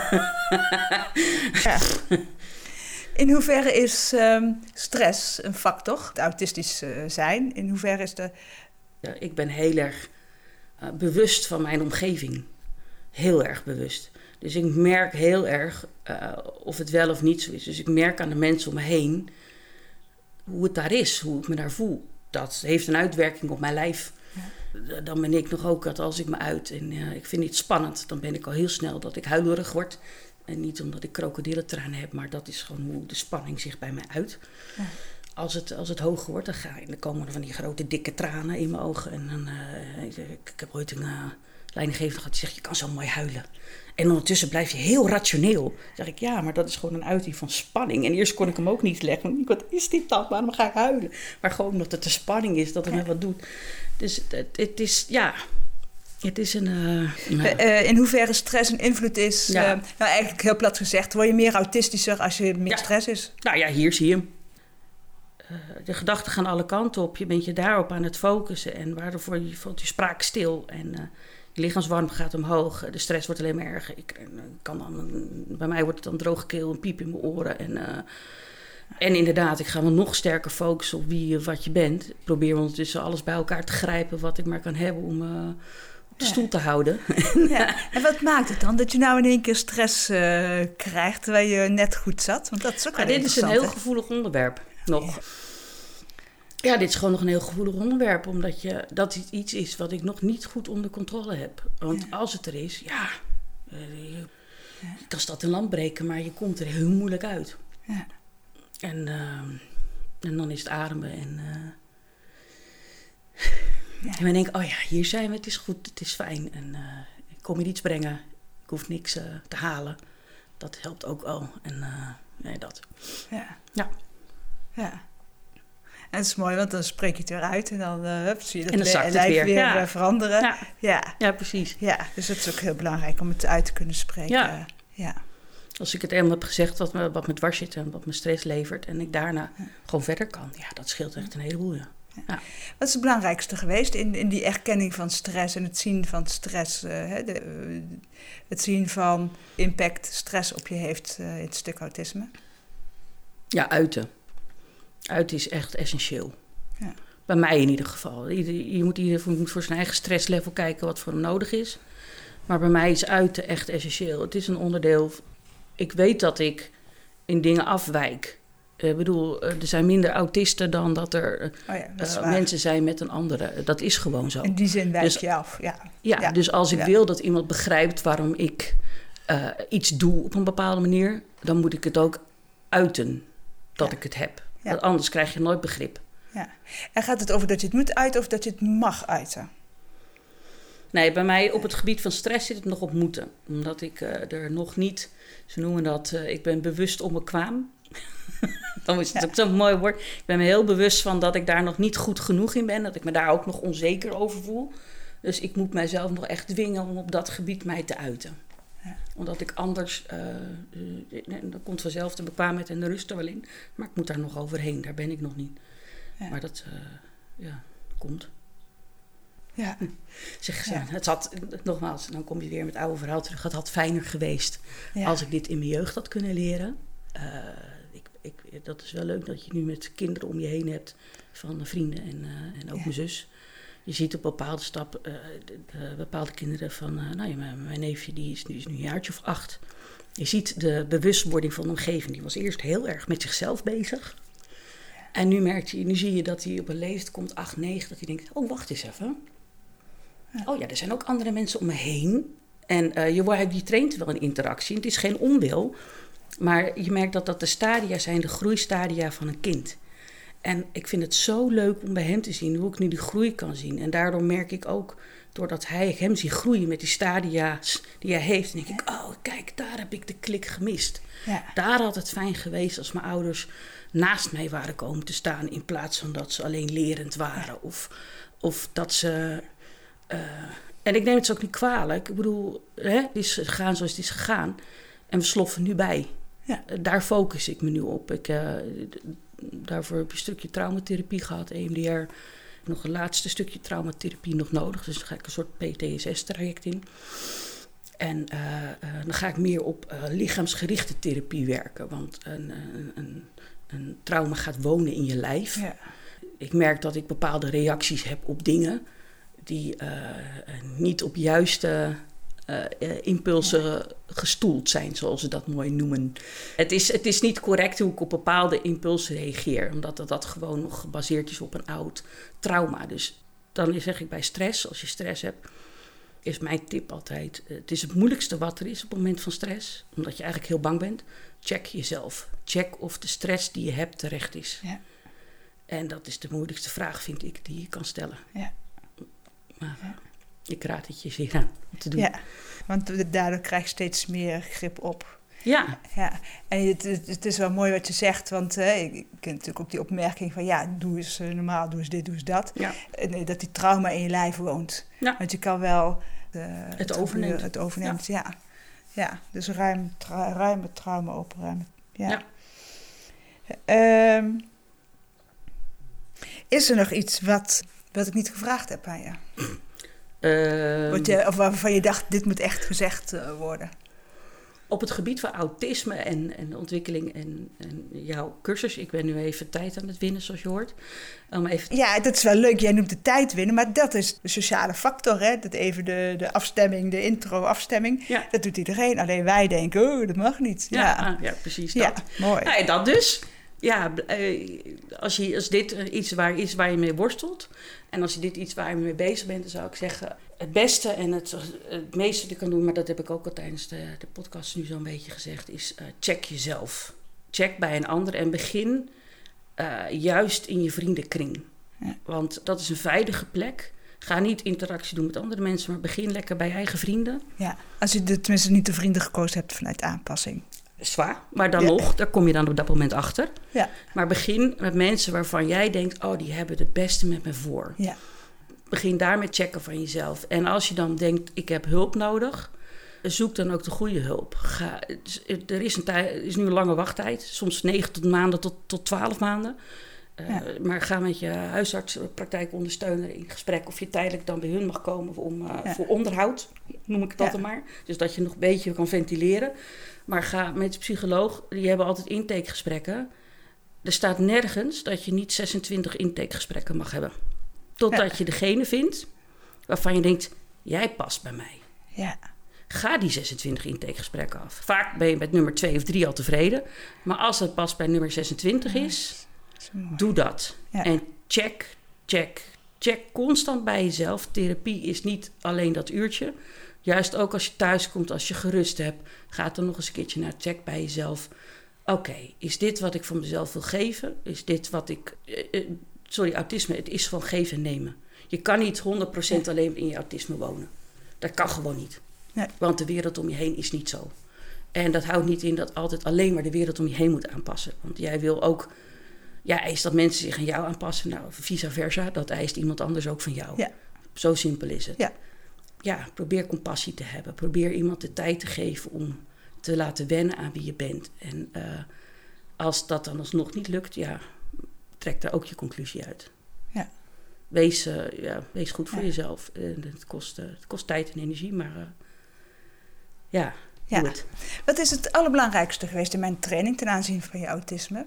Speaker 2: ja. In hoeverre is um, stress een factor? Het autistisch uh, zijn, in hoeverre is de...
Speaker 3: Ja, ik ben heel erg uh, bewust van mijn omgeving. Heel erg bewust. Dus ik merk heel erg uh, of het wel of niet zo is. Dus ik merk aan de mensen om me heen... hoe het daar is, hoe ik me daar voel. Dat heeft een uitwerking op mijn lijf. Ja. Dan ben ik nog ook dat als ik me uit en uh, ik vind iets spannend... dan ben ik al heel snel dat ik huilerig word. En niet omdat ik krokodillentranen heb... maar dat is gewoon hoe de spanning zich bij mij uit. Ja. Als, het, als het hoger wordt, dan, ga ik, dan komen er van die grote dikke tranen in mijn ogen. En dan, uh, ik, ik heb ooit een uh, leidinggevende gehad die zegt... je kan zo mooi huilen. En ondertussen blijf je heel rationeel. Dan zeg ik, ja, maar dat is gewoon een uiting van spanning. En eerst kon ik hem ook niet leggen. Wat is dit dan? Waarom ga ik huilen? Maar gewoon omdat het de spanning is, dat het me wat doet. Dus het, het is, ja... Het is een... Uh,
Speaker 2: nou. uh, in hoeverre stress een invloed is. Ja. Uh, nou, eigenlijk heel plat gezegd, word je meer autistischer als je meer ja. stress is.
Speaker 3: Nou ja, hier zie je hem. Uh, de gedachten gaan alle kanten op. Je bent je daarop aan het focussen. En waardoor je voelt je spraak stil. En uh, je lichaamswarmte gaat omhoog. De stress wordt alleen maar erger. Ik, uh, kan dan, uh, bij mij wordt het dan droge keel, een piep in mijn oren. En, uh, en inderdaad, ik ga me nog sterker focussen op wie je, wat je bent. Ik probeer ondertussen alles bij elkaar te grijpen wat ik maar kan hebben om... Uh, de stoel ja. te houden.
Speaker 2: Ja. En wat maakt het dan dat je nou in één keer stress uh, krijgt terwijl je net goed zat? Want dat is ook wel
Speaker 3: ja, dit is een heel gevoelig onderwerp nog. Ja. ja, dit is gewoon nog een heel gevoelig onderwerp, omdat je, dat het iets is wat ik nog niet goed onder controle heb. Want ja. als het er is, ja, je, je kan stad en land breken, maar je komt er heel moeilijk uit. Ja. En, uh, en dan is het ademen en... Uh, Ja. En we denken, oh ja, hier zijn we, het is goed, het is fijn. En uh, ik kom hier iets brengen, ik hoef niks uh, te halen. Dat helpt ook al. En uh, nee, dat.
Speaker 2: Ja.
Speaker 3: Ja.
Speaker 2: Ja. En het is mooi, want dan spreek je het weer uit en dan uh, hup, zie je dat
Speaker 3: en dan zakt
Speaker 2: le-
Speaker 3: het
Speaker 2: lijf
Speaker 3: weer,
Speaker 2: weer
Speaker 3: ja.
Speaker 2: veranderen.
Speaker 3: Ja.
Speaker 2: Ja.
Speaker 3: ja, precies.
Speaker 2: Ja, dus het is ook heel belangrijk om het uit te kunnen spreken.
Speaker 3: Ja.
Speaker 2: ja.
Speaker 3: Als ik het eenmaal heb gezegd wat me, wat me dwars zit en wat me stress levert... en ik daarna ja. gewoon verder kan, ja, dat scheelt echt een heleboel, ja.
Speaker 2: Ja. Wat is het belangrijkste geweest in, in die erkenning van stress en het zien van stress? Uh, de, uh, het zien van impact stress op je heeft uh, in het stuk autisme?
Speaker 3: Ja, uiten. Uiten is echt essentieel. Ja. Bij mij in ieder geval. Ieder, je moet, ieder moet voor zijn eigen stresslevel kijken wat voor hem nodig is. Maar bij mij is uiten echt essentieel. Het is een onderdeel... Ik weet dat ik in dingen afwijk... Ik bedoel, er zijn minder autisten dan dat er oh ja, dat uh, mensen zijn met een andere. Dat is gewoon zo.
Speaker 2: In die zin wijk
Speaker 3: dus,
Speaker 2: je af, ja.
Speaker 3: Ja, ja. dus als ik ja. wil dat iemand begrijpt waarom ik uh, iets doe op een bepaalde manier... dan moet ik het ook uiten dat ja. ik het heb. Ja. Want anders krijg je nooit begrip.
Speaker 2: Ja. En gaat het over dat je het moet uiten of dat je het mag uiten?
Speaker 3: Nee, bij mij op het gebied van stress zit het nog op moeten. Omdat ik uh, er nog niet, ze noemen dat, uh, ik ben bewust onbekwaam. Dan is het ja. ook zo'n mooi woord. Ik ben me heel bewust van dat ik daar nog niet goed genoeg in ben. Dat ik me daar ook nog onzeker over voel. Dus ik moet mijzelf nog echt dwingen om op dat gebied mij te uiten. Ja. Omdat ik anders... Uh, uh, dan komt vanzelf de bekwaamheid en de rust er wel in. Maar ik moet daar nog overheen. Daar ben ik nog niet. Ja. Maar dat uh, ja, komt.
Speaker 2: Ja.
Speaker 3: Zeg, ja. Het had, nogmaals, dan kom je weer met het oude verhaal terug. Het had fijner geweest ja. als ik dit in mijn jeugd had kunnen leren. Uh, ik, ik, dat is wel leuk dat je nu met kinderen om je heen hebt van vrienden en, uh, en ook ja. mijn zus. Je ziet op bepaalde stap, uh, de, de, bepaalde kinderen van, uh, nou ja, mijn, mijn neefje die is, die is nu een jaartje of acht. Je ziet de bewustwording van de omgeving. Die was eerst heel erg met zichzelf bezig. Ja. En nu merkt je, nu zie je dat hij op een leeftijd komt, acht, negen, dat hij denkt, oh wacht eens even. Ja. Oh ja, er zijn ook andere mensen om me heen. En uh, je, je traint wel een interactie. Het is geen onwil. Maar je merkt dat dat de stadia zijn, de groeistadia van een kind. En ik vind het zo leuk om bij hem te zien hoe ik nu die groei kan zien. En daardoor merk ik ook, doordat hij hem zie groeien met die stadia's die hij heeft, denk ik, oh kijk, daar heb ik de klik gemist. Ja. Daar had het fijn geweest als mijn ouders naast mij waren komen te staan, in plaats van dat ze alleen lerend waren. Ja. Of, of dat ze... Uh, en ik neem het ook niet kwalijk. Ik bedoel, hè, het is gegaan zoals het is gegaan. En we sloffen nu bij. Ja. Daar focus ik me nu op. Ik, uh, daarvoor heb ik een stukje traumatherapie gehad, E M D R. Nog een laatste stukje traumatherapie nog nodig. Dus dan ga ik een soort P T S S-traject in. En uh, uh, dan ga ik meer op uh, lichaamsgerichte therapie werken. Want een, een, een, een trauma gaat wonen in je lijf. Ja. Ik merk dat ik bepaalde reacties heb op dingen die uh, niet op juiste uh, uh, impulsen ja. gestoeld zijn, zoals ze dat mooi noemen. Het is, het is niet correct hoe ik op bepaalde impulsen reageer, omdat dat, dat gewoon nog gebaseerd is op een oud trauma. Dus dan zeg ik bij stress, als je stress hebt, is mijn tip altijd, uh, het is het moeilijkste wat er is op het moment van stress, omdat je eigenlijk heel bang bent. Check jezelf. Check of de stress die je hebt terecht is. Ja. En dat is de moeilijkste vraag, vind ik, die je kan stellen. Ja. Maar ja. ik raad het je zeer aan om te doen.
Speaker 2: Ja, want daardoor krijg je steeds meer grip op.
Speaker 3: Ja.
Speaker 2: ja. En het, het, het is wel mooi wat je zegt, want uh, ik ken natuurlijk ook die opmerking van ja, doe eens uh, normaal, doe eens dit, doe eens dat.
Speaker 3: Ja.
Speaker 2: En uh, dat die trauma in je lijf woont.
Speaker 3: Ja.
Speaker 2: Want je kan wel uh,
Speaker 3: het,
Speaker 2: het
Speaker 3: overneemt.
Speaker 2: Het overneemt, ja. ja. Ja, dus ruim, tra- ruime trauma opruimen. Ja. ja. Um, is er nog iets wat, wat ik niet gevraagd heb aan je?
Speaker 3: Uh,
Speaker 2: wat je of waarvan je dacht, dit moet echt gezegd uh, worden?
Speaker 3: Op het gebied van autisme en, en ontwikkeling en, en jouw cursus. Ik ben nu even tijd aan het winnen, zoals je hoort. Um, even...
Speaker 2: Ja, dat is wel leuk. Jij noemt de tijd winnen, maar dat is de sociale factor. Hè? Dat even de, de afstemming, de intro-afstemming.
Speaker 3: Ja.
Speaker 2: Dat doet iedereen. Alleen wij denken, oh, dat mag niet.
Speaker 3: Ja,
Speaker 2: ja.
Speaker 3: Ah, ja precies dat.
Speaker 2: Ja, mooi.
Speaker 3: Nou, en dat dus. Ja, als, je, als dit iets waar, is waar je mee worstelt... en als je dit iets waar je mee bezig bent... dan zou ik zeggen, het beste en het, het meeste dat je kan doen... maar dat heb ik ook al tijdens de, de podcast nu zo'n beetje gezegd... is uh, check jezelf. Check bij een ander en begin uh, juist in je vriendenkring. Ja. Want dat is een veilige plek. Ga niet interactie doen met andere mensen... maar begin lekker bij je eigen vrienden.
Speaker 2: Ja, als je de, tenminste niet de vrienden gekozen hebt vanuit aanpassing...
Speaker 3: Zwaar, maar dan
Speaker 2: ja.
Speaker 3: nog, daar kom je dan op dat moment achter.
Speaker 2: Ja.
Speaker 3: Maar begin met mensen waarvan jij denkt... oh, die hebben het beste met me voor.
Speaker 2: Ja.
Speaker 3: Begin daarmee checken van jezelf. En als je dan denkt, ik heb hulp nodig... zoek dan ook de goede hulp. Ga, er is, een tij, er is nu een lange wachttijd. Soms negen tot maanden tot, tot twaalf maanden. Uh, ja. Maar ga met je huisartspraktijkondersteuner in gesprek... of je tijdelijk dan bij hun mag komen om, uh, ja. voor onderhoud. Noem ik het altijd ja. maar. Dus dat je nog een beetje kan ventileren... Maar ga met de psycholoog, die hebben altijd intakegesprekken. Er staat nergens dat je niet zesentwintig intakegesprekken mag hebben. Totdat ja. je degene vindt waarvan je denkt, jij past bij mij.
Speaker 2: Ja.
Speaker 3: Ga die zesentwintig intakegesprekken af. Vaak ben je met nummer twee of drie al tevreden. Maar als het past bij nummer zesentwintig is, is doe dat. Ja. En check, check, check constant bij jezelf. Therapie is niet alleen dat uurtje. Juist ook als je thuis komt, als je gerust hebt... ga dan nog eens een keertje naar check bij jezelf. Oké, okay, is dit wat ik van mezelf wil geven? Is dit wat ik... Uh, sorry, autisme, het is van geven en nemen. Je kan niet honderd procent ja. alleen in je autisme wonen. Dat kan gewoon niet. Nee. Want de wereld om je heen is niet zo. En dat houdt niet in dat altijd alleen maar de wereld om je heen moet aanpassen. Want jij wil ook... Ja, eist dat mensen zich aan jou aanpassen. Nou, vice versa, dat eist iemand anders ook van jou. Ja. Zo simpel is het.
Speaker 2: Ja.
Speaker 3: Ja, probeer compassie te hebben. Probeer iemand de tijd te geven om te laten wennen aan wie je bent. En uh, als dat dan alsnog niet lukt, ja, trek daar ook je conclusie uit.
Speaker 2: Ja.
Speaker 3: Wees, uh, ja, wees goed voor ja. jezelf. Uh, het, kost, uh, het kost tijd en energie, maar uh, ja,
Speaker 2: ja.
Speaker 3: doe het.
Speaker 2: Wat is het allerbelangrijkste geweest in mijn training ten aanzien van je autisme?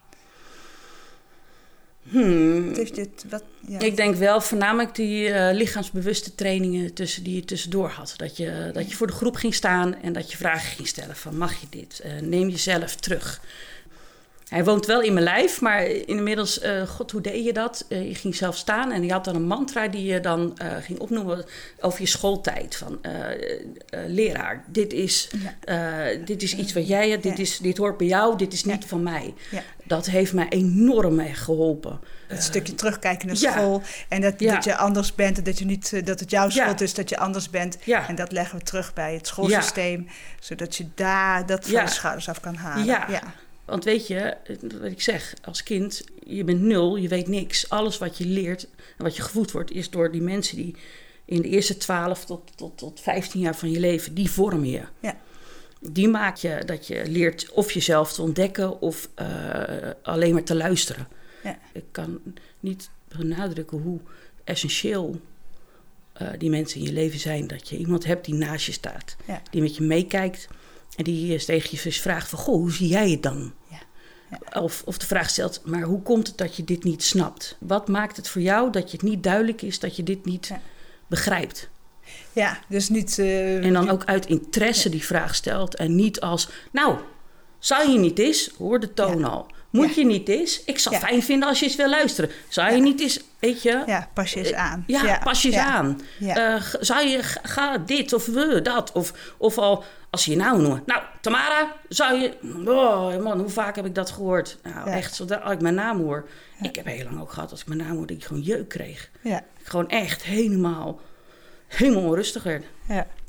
Speaker 3: Hmm.
Speaker 2: Wat heeft dit, wat, ja.
Speaker 3: Ik denk wel voornamelijk die uh, lichaamsbewuste trainingen tussen, die je tussendoor had. Dat je, dat je voor de groep ging staan en dat je vragen ging stellen van mag je dit? Uh, neem jezelf terug. Hij woont wel in mijn lijf, maar inmiddels, uh, god, hoe deed je dat? Uh, je ging zelf staan en je had dan een mantra die je dan uh, ging opnoemen over je schooltijd. Van uh, uh, leraar, dit is, uh, dit is iets wat jij hebt, dit, is, dit hoort bij jou, dit is niet ja. van mij. Ja. Dat heeft mij enorm erg geholpen.
Speaker 2: Het uh, stukje terugkijken naar school ja. en dat, ja. dat je anders bent en dat, je niet, dat het jouw schuld ja. is dat je anders bent. Ja. En dat leggen we terug bij het schoolsysteem, ja. zodat je daar dat van ja. de schouders af kan halen.
Speaker 3: Ja. Ja. Want weet je, wat ik zeg, als kind, je bent nul, je weet niks. Alles wat je leert en wat je gevoed wordt, is door die mensen die in de eerste twaalf tot, tot, tot vijftien jaar van je leven, die vormen je.
Speaker 2: Ja.
Speaker 3: Die maak je dat je leert of jezelf te ontdekken of uh, alleen maar te luisteren. Ja. Ik kan niet benadrukken hoe essentieel uh, die mensen in je leven zijn. Dat je iemand hebt die naast je staat, ja. die met je meekijkt. En die tegen je dus vraagt van, goh, hoe zie jij het dan? Ja. Ja. Of, of de vraag stelt, maar hoe komt het dat je dit niet snapt? Wat maakt het voor jou dat je het niet duidelijk is, dat je dit niet ja. begrijpt?
Speaker 2: Ja, dus niet... Uh,
Speaker 3: en dan ook uit interesse ja. die vraag stelt. En niet als, nou, zou je niet eens, hoor de toon ja. al. Moet ja. je niet eens? Ik zou ja. fijn vinden als je eens wil luisteren. Zou je ja. niet eens, weet je...
Speaker 2: Ja, pas je eens aan.
Speaker 3: Ja, ja. pas je eens
Speaker 2: ja.
Speaker 3: aan. Ja. Uh, zou je, ga dit of we, dat. Of, of al, als ze je naam noemen. Nou, Tamara, zou je... Oh man, hoe vaak heb ik dat gehoord? Nou, ja. echt, zodra ik mijn naam hoor. Ja. Ik heb heel lang ook gehad, als ik mijn naam hoorde, dat ik gewoon jeuk kreeg.
Speaker 2: Ja.
Speaker 3: Ik gewoon echt helemaal, helemaal onrustig werd.
Speaker 2: Ja.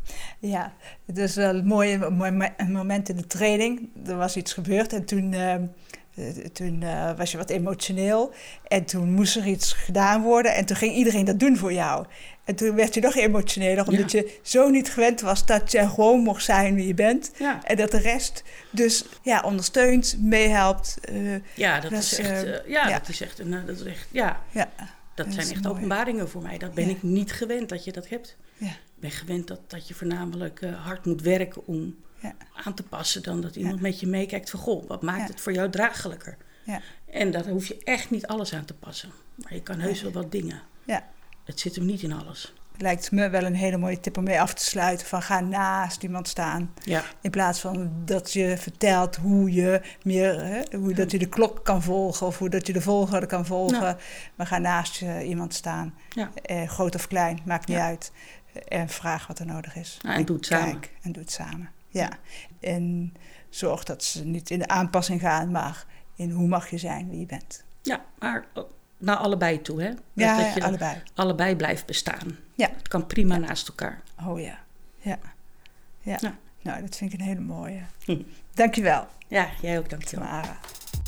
Speaker 2: Ja, het is wel een mooi moment in de training. Er was iets gebeurd en toen, uh, toen uh, was je wat emotioneel. En toen moest er iets gedaan worden en toen ging iedereen dat doen voor jou. En toen werd je nog emotioneler, omdat ja. je zo niet gewend was dat je gewoon mocht zijn wie je bent. Ja. En dat de rest dus ja, ondersteunt, meehelpt. Uh,
Speaker 3: ja, dat is echt, uh, ja, ja, dat is echt, uh, dat is echt, ja. ja. Dat, dat zijn echt mooi. Openbaringen voor mij. Dat ben ja. ik niet gewend dat je dat hebt. Ja. Ik ben gewend dat, dat je voornamelijk uh, hard moet werken om ja. aan te passen dan dat iemand ja. met je meekijkt van goh, wat maakt ja. het voor jou draaglijker? Ja. En daar hoef je echt niet alles aan te passen. Maar je kan heus wel wat dingen. Ja. Het zit hem niet in alles.
Speaker 2: Het lijkt me wel een hele mooie tip om mee af te sluiten. Van ga naast iemand staan. Ja. In plaats van dat je vertelt hoe je meer, hè, hoe ja. dat je de klok kan volgen. Of hoe dat je de volgorde kan volgen. Ja. Maar ga naast je iemand staan. Ja. Eh, groot of klein, maakt niet ja. uit. En vraag wat er nodig is.
Speaker 3: Ja, en, en doe het samen.
Speaker 2: Kijk, en doe het samen. Ja. ja. En zorg dat ze niet in de aanpassing gaan, maar in hoe mag je zijn wie je bent.
Speaker 3: Ja, maar naar allebei toe, hè?
Speaker 2: Ja,
Speaker 3: dat je
Speaker 2: ja allebei.
Speaker 3: Allebei blijft bestaan.
Speaker 2: Ja.
Speaker 3: Het kan prima ja. naast elkaar.
Speaker 2: Oh ja. Ja. Ja. ja. Nou, dat vind ik een hele mooie. Hm. Dankjewel.
Speaker 3: Ja, jij ook, dankjewel.
Speaker 2: Tamara.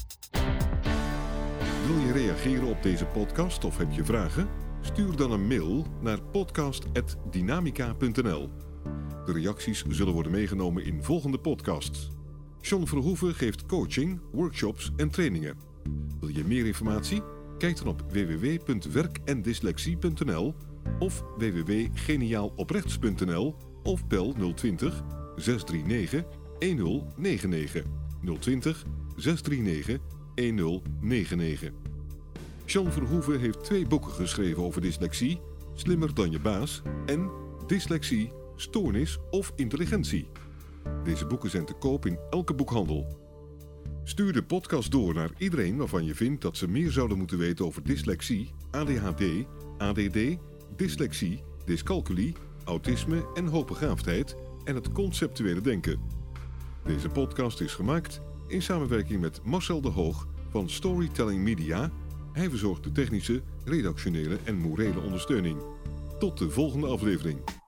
Speaker 1: Wil je reageren op deze podcast of heb je vragen? Stuur dan een mail naar podcast apenstaartje dynamica punt n l. De reacties zullen worden meegenomen in volgende podcasts. John Verhoeven geeft coaching, workshops en trainingen. Wil je meer informatie? Kijk dan op w w w punt werk en dyslexie punt n l of w w w punt geniaaloprechts punt n l of bel nul twintig, zes drie negen, een nul negen negen. nul twintig, zes drie negen, een nul negen negen. John Verhoeven heeft twee boeken geschreven over dyslexie, Slimmer dan je baas en Dyslexie, stoornis of intelligentie. Deze boeken zijn te koop in elke boekhandel. Stuur de podcast door naar iedereen waarvan je vindt dat ze meer zouden moeten weten over dyslexie, A D H D, A D D, dyslexie, dyscalculie, autisme en hoogbegaafdheid en het conceptuele denken. Deze podcast is gemaakt in samenwerking met Marcel de Hoog van Storytelling Media. Hij verzorgt de technische, redactionele en morele ondersteuning. Tot de volgende aflevering.